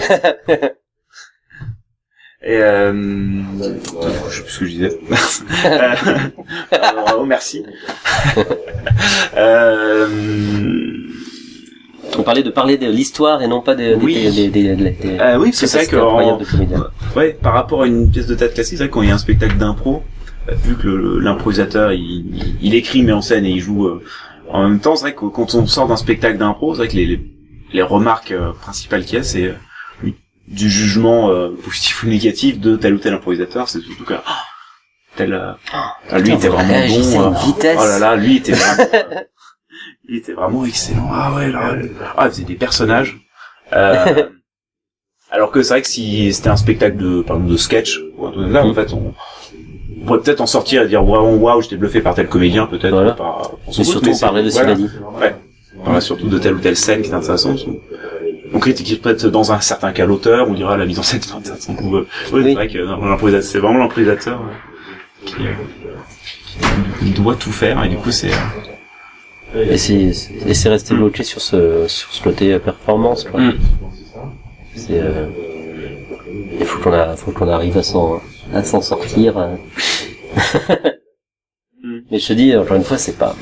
Et je sais plus ce que je disais. Merci. On parlait de l'histoire et non pas des oui, parce que c'est vrai que par rapport à une pièce de théâtre classique, c'est vrai que quand il y a un spectacle d'impro, vu que l'improvisateur il écrit, met en scène et il joue en même temps, c'est vrai que quand on sort d'un spectacle d'impro, c'est vrai que les remarques principales qu'il y a, c'est du jugement positif ou négatif de tel ou tel improvisateur. C'est surtout que lui était vraiment bon. Oh là là, lui était vraiment il était vraiment excellent. Ah ouais, là, il faisait des personnages. Alors que c'est vrai que si c'était un spectacle par exemple de sketch, là, en fait, on pourrait peut-être en sortir et dire vraiment waouh, j'étais bluffé par tel comédien, peut-être. Voilà. Mais surtout on parlait de ce qu'il a dit. Ouais. On parlait surtout de telle ou telle scène qui est intéressante. On critique peut-être dans un certain cas l'auteur, on dira la mise en scène est intéressante. Oui, c'est vrai que l'improvisateur, c'est vraiment l'improvisateur qui doit tout faire et du coup c'est et c'est resté bloqué sur ce côté performance, quoi. il faut qu'on arrive à s'en sortir. Mais je te dis, encore une fois, c'est pas,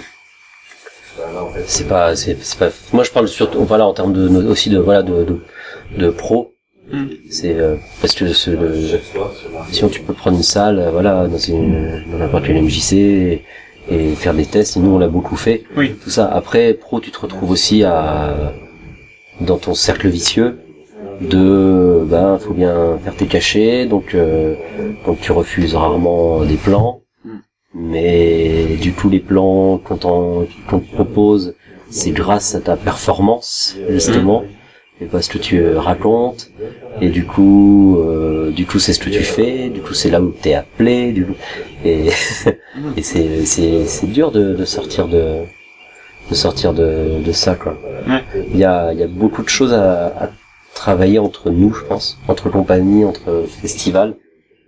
moi je parle surtout, voilà, en termes aussi de pro. C'est parce que si tu peux prendre une salle, voilà, dans n'importe quel MJC et faire des tests, et nous on l'a beaucoup fait. Oui. Tout ça. Après, pro, tu te retrouves aussi dans ton cercle vicieux faut bien faire tes cachets, donc tu refuses rarement des plans. Mais du coup les plans qu'on te propose, c'est grâce à ta performance justement, et pas ce que tu racontes, et du coup c'est ce que tu fais, du coup c'est là où t'es appelé, et c'est dur de sortir de ça quoi. Il y a beaucoup de choses à travailler entre nous, je pense, entre compagnies, entre festivals.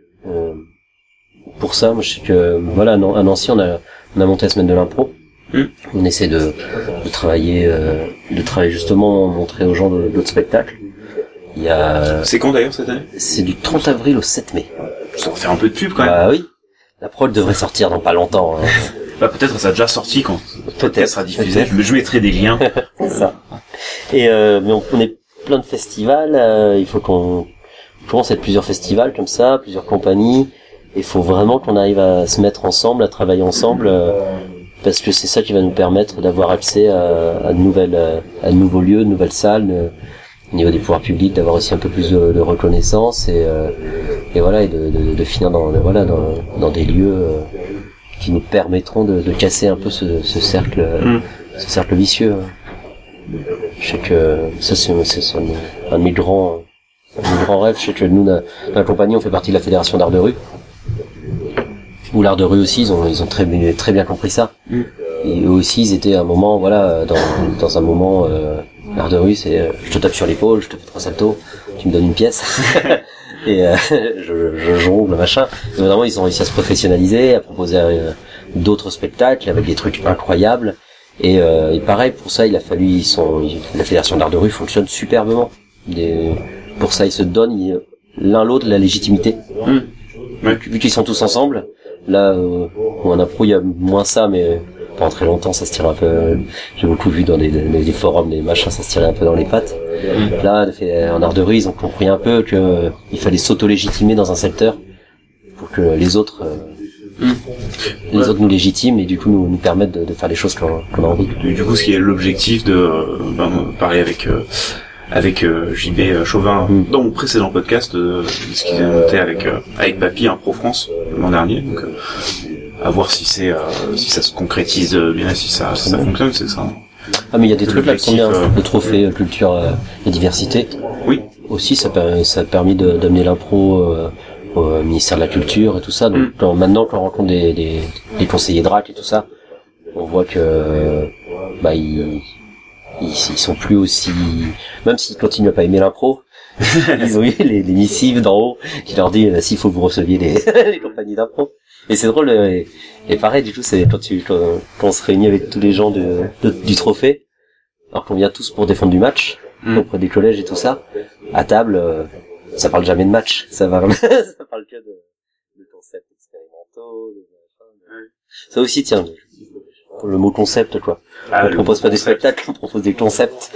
Pour ça, moi je sais que voilà, à Nancy on a monté la semaine de l'impro. On essaie de travailler justement, montrer aux gens d'autres spectacles. C'est quand d'ailleurs cette année? C'est du 30 avril au 7 mai. Ça va faire un peu de pub quand même. Bah oui. La prod devrait sortir dans pas longtemps. Hein. Bah peut-être ça a déjà sorti quand peut-être sera diffusé. Je mettrai des liens. C'est ça. Et mais on est plein de festivals. Il faut qu'on commence à être plusieurs festivals comme ça, plusieurs compagnies. Il faut vraiment qu'on arrive à se mettre ensemble, à travailler ensemble, parce que c'est ça qui va nous permettre d'avoir accès à de nouveaux lieux, de nouvelles salles, au niveau des pouvoirs publics, d'avoir aussi un peu plus de reconnaissance et voilà, et de finir dans des lieux qui nous permettront de casser un peu ce cercle vicieux. Je sais que ça c'est un de mes grands rêves. Je sais que nous, dans la compagnie, on fait partie de la fédération d'art de rue. Ou l'art de rue aussi, ils ont très bien compris ça. Et eux aussi, ils étaient à un moment, voilà, dans un moment, l'art de rue, c'est, je te tape sur l'épaule, je te fais 3 saltos, tu me donnes une pièce, et je jongle, machin. Et vraiment, ils ont réussi à se professionnaliser, à proposer d'autres spectacles avec des trucs incroyables. Et pareil, pour ça, il a fallu, la fédération d'art de rue fonctionne superbement. Pour ça, ils se donnent l'un l'autre la légitimité. Vu qu'ils sont tous ensemble, là, en impro, il y a moins ça, mais pendant très longtemps, ça se tire un peu. J'ai beaucoup vu dans des forums, des machins, ça se tirait un peu dans les pattes. Là, en art de rue, ils ont compris un peu que il fallait s'auto-légitimer dans un secteur pour que les autres nous légitiment et du coup nous permettent de faire les choses qu'on a envie. Du coup, ce qui est l'objectif de parler avec JB Chauvin dans mon précédent podcast, ce qu'il a monté avec Papy, Pro France l'an dernier, donc à voir si ça se concrétise bien, si ça fonctionne, c'est ça. Ah mais il y a des trucs là qui sont bien, le trophée culture et diversité. Oui. Aussi ça a permis d'amener l'impro au ministère de la Culture et tout ça. Donc maintenant quand on rencontre des conseillers DRAC et tout ça, on voit que ils sont plus aussi, même s'ils continuent à pas aimer l'impro, ils ont eu les missives d'en haut qui leur dit s'il faut que vous receviez les compagnies d'impro. Et c'est drôle, et pareil du coup c'est quand on se réunit avec tous les gens du trophée, alors qu'on vient tous pour défendre du match auprès des collèges et tout ça, à table ça parle jamais de match, ça parle que de concepts expérimentaux, ça aussi tiens, le mot concept quoi. On propose pas des spectacles, on propose des concepts.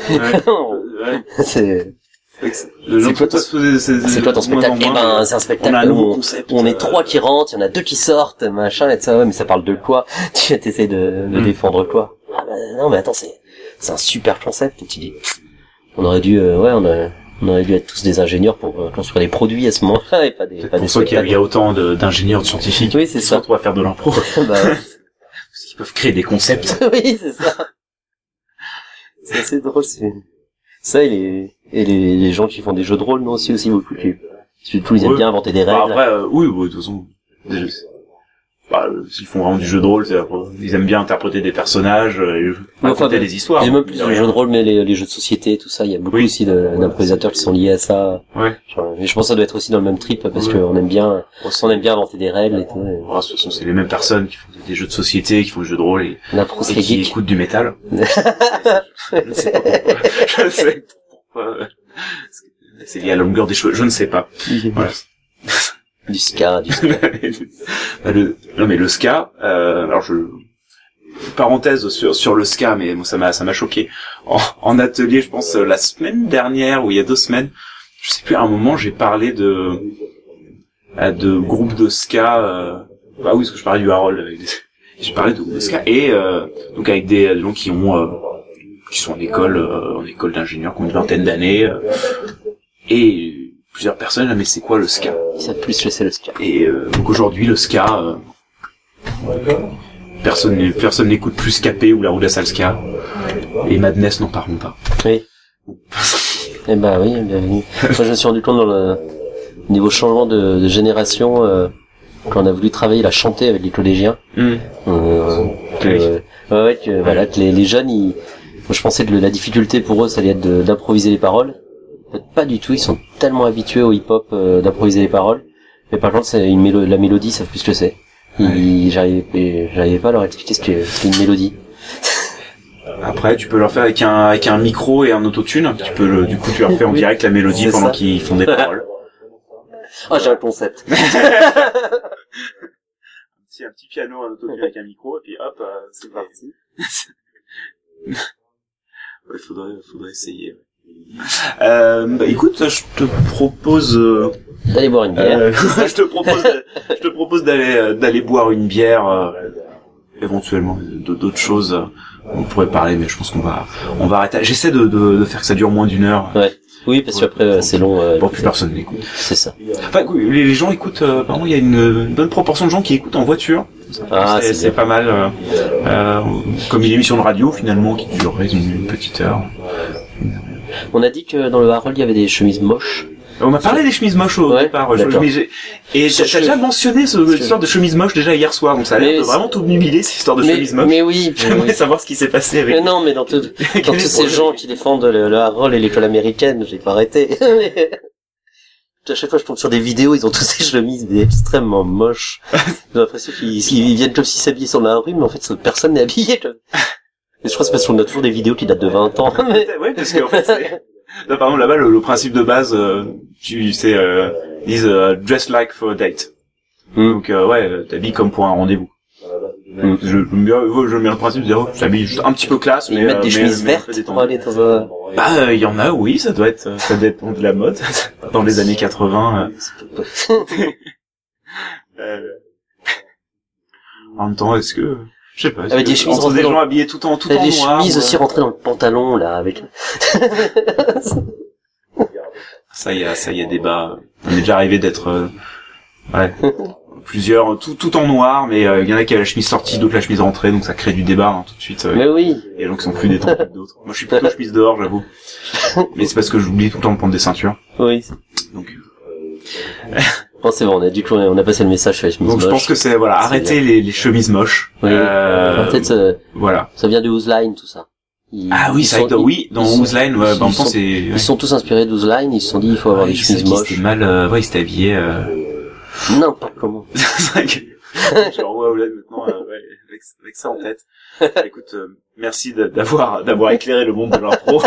C'est quoi ton spectacle? Eh ben, c'est un spectacle où on est 3 qui rentrent, il y en a 2 qui sortent, machin, et ça, ouais, mais ça parle de quoi? Tu essaies de défendre quoi? Ah bah, non, mais attends, c'est un super concept, tu dis. On aurait dû être tous des ingénieurs pour construire des produits à ce moment-là, et pas des spectacles. C'est pour ça qu'il y a autant d'ingénieurs, de scientifiques. Oui, c'est ça. Qui se retrouvent à faire de l'impro. Bah, ouais. Parce qu'ils peuvent créer des concepts. Oui, c'est ça. C'est assez drôle, ça et les gens qui font des jeux de rôle, non, aussi beaucoup. Surtout, ils aiment bien inventer des règles. Après, oui, de toute façon, s'ils font vraiment du jeu de rôle, ils aiment bien interpréter des personnages, et raconter des histoires. Et même plus les jeux de rôle, mais les jeux de société, tout ça, il y a beaucoup aussi d'improvisateurs qui sont liés à ça. Ouais. Mais je pense que ça doit être aussi dans le même trip, parce qu'on aime bien, inventer des règles et tout. De toute façon, c'est les mêmes personnes qui font des jeux de société, qui font des jeux de rôle et qui écoutent du métal. Je sais pas pourquoi. c'est lié à la longueur des cheveux, je ne sais pas. Voilà. Du ska. Non mais le ska, alors parenthèse sur le ska, mais bon, ça m'a choqué. En atelier, je pense la semaine dernière ou il y a 2 semaines, je sais plus, à un moment j'ai parlé de groupes de ska. Bah oui, parce que je parlais du Harold. Je parlais de groupes de ska et donc avec des gens qui sont en école d'ingénieur, qui ont une vingtaine d'années et plusieurs personnes. Mais c'est quoi le ska? Ils savent plus ce que c'est le ska. Et donc aujourd'hui le ska, personne n'écoute plus Scapé ou la roue de la salle ska, et Madness n'en parlons pas. Oui. Eh ben oui, bienvenue. Moi je me suis rendu compte dans le niveau changement de génération, quand on a voulu travailler la chanter avec les collégiens, que les jeunes, moi je pensais que la difficulté pour eux ça allait être d'improviser les paroles. En fait, pas du tout, ils sont tellement habitués au hip-hop d'improviser les paroles. Mais par contre, c'est la mélodie, ils savent plus ce que c'est. J'arrivais pas à leur expliquer ce qu'est une mélodie. Après, tu peux leur faire avec un micro et un autotune. Du coup, tu leur fais en direct la mélodie pendant qu'ils font des paroles. Ah, j'ai un concept. un petit piano, un autotune avec un micro, et puis hop, c'est parti. Ouais, faudrait essayer. Écoute, je te propose d'aller boire une bière. Je te propose d'aller boire une bière, éventuellement d'autres choses. On pourrait parler, mais je pense qu'on va arrêter. J'essaie de faire que ça dure moins d'1 heure. Ouais. Oui, parce qu'après c'est long. Bon, plus personne n'écoute. C'est ça. Enfin, les gens écoutent. Pardon, il y a une bonne proportion de gens qui écoutent en voiture. C'est pas mal. Comme une émission de radio finalement qui durerait une petite heure. On a dit que dans le Harold il y avait des chemises moches. On a parlé des chemises moches au départ. Et t'as déjà mentionné cette histoire de chemise moche déjà hier soir, donc ça a l'air de vraiment t'obnubiler cette histoire de chemise moche. Mais oui. J'aimerais savoir ce qui s'est passé avec. Mais non, mais dans tous ces gens qui défendent le Harold et l'école américaine, j'ai pas arrêté. À chaque fois je tombe sur des vidéos, ils ont tous ces chemises mais extrêmement moches. J'ai l'impression qu'ils viennent comme s'ils s'habillaient sur la rue, mais en fait personne n'est habillé. Mais je crois que c'est parce qu'on a toujours des vidéos qui datent de 20 ans. Ouais, parce qu'en fait c'est... Là, par exemple, là-bas, le principe de base, ils disent dress like for a date. Donc, t'habilles comme pour un rendez-vous. Je mets le principe de dire, tu t'habilles juste un petit peu classe, mais... Ils mettent des chemises vertes pour aller dans un... Bah, il y en a, oui, ça dépend de la mode. Dans les années 80. En même temps, est-ce que... Je sais pas. Avec des chemises entre des gens habillés tout en noir. Des chemises aussi rentrées dans le pantalon, là, avec... Ça y a débat. On est déjà arrivé d'être, plusieurs, tout en noir, mais il y en a qui avaient la chemise sortie, d'autres la chemise rentrée, donc ça crée du débat, tout de suite. Mais oui. Et donc ils sont plus détendus que d'autres. Moi, je suis plutôt chemise dehors, j'avoue. Mais c'est parce que j'oublie tout le temps de prendre des ceintures. Oui. Donc, bon, c'est bon, on a passé le message sur les chemises moches. Donc je pense que c'est, arrêtez les chemises moches. Oui. Peut-être, voilà. Ça vient de Ouzline, tout ça. Dans Ouzline, en même temps, c'est... Ils sont tous inspirés d'Ouzline, ils se sont dit, il faut avoir des chemises moches. Ils s'étaient habillés, n'importe comment. Je revois Ouzline maintenant, avec ça en tête. Écoute, merci d'avoir éclairé le monde de l'impro.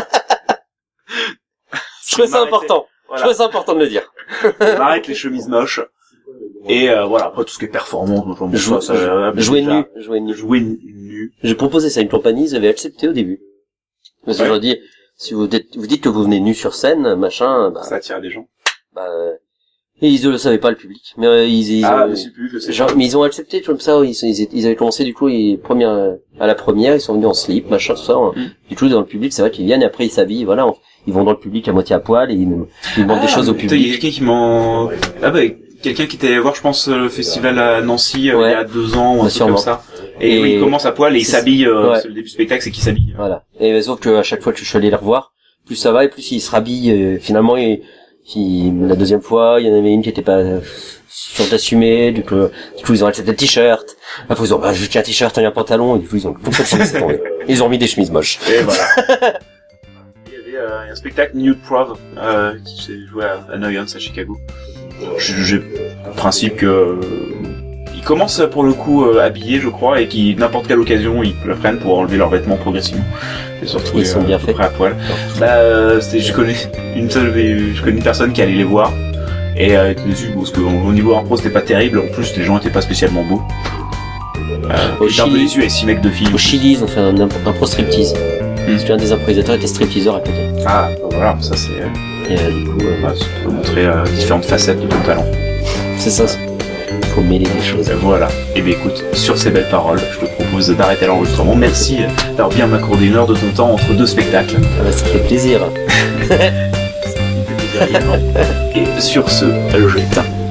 Je trouvais ça important. Voilà. Je trouvais ça important de le dire. On arrête les chemises moches. Et après tout ce qui est performance, jouer nu. J'ai proposé ça à une compagnie, ils avaient accepté au début. Parce que je leur dis, si vous dites que vous venez nu sur scène, machin, bah... Ça attire des gens. Et ils ne le savaient pas, le public. Mais mais ils ont accepté comme ça, ils avaient commencé du coup, à la première, ils sont venus en slip, machin, tout ça. Du coup, dans le public, c'est vrai qu'ils viennent et après ils s'habillent, voilà, ils vont dans le public à moitié à poil et ils demandent des choses au public. Il y a quelqu'un qui quelqu'un qui était voir, je pense, le festival à Nancy il y a 2 ans ou un truc comme ça. Et il commence à poil et il s'habille. C'est le début du spectacle, c'est qu'il s'habille. Voilà. Et sauf que à chaque fois que je suis allé les revoir, plus ça va et plus ils se rhabillent. Finalement, la deuxième fois, il y en avait une qui était pas assumée. Du coup, ils ont accepté le t-shirt. Après, ils ont juste un t-shirt et un pantalon. Et du coup, ils ont complètement laissé tomber. Ils ont mis des chemises moches. Et voilà. Il y avait un spectacle Nude Prov qui s'est joué à Noyons à Chicago. J'ai le principe que commencent pour le coup habillés, je crois, et qui, n'importe quelle occasion, ils le prennent pour enlever leurs vêtements progressivement. Ils sont bien faits. À poil. Je connais une personne qui allait les voir, et était déçue, parce qu'au niveau impro c'était pas terrible, en plus les gens étaient pas spécialement beaux. J'étais un peu déçu avec 6 mecs de filles. Au Chili, ils ont fait un impro striptease. Parce qu'un des improvisateurs était stripteaseur à côté. Ah, voilà, ça c'est... Et du coup... ça peut montrer différentes facettes de ton talent. C'est ça. Faut mêler les choses. Voilà. Et bien écoute, sur ces belles paroles, je te propose d'arrêter l'enregistrement. Merci d'avoir bien m'accordé 1 heure de ton temps entre 2 spectacles. Ah bah ça fait plaisir. Et sur ce, je t'aime.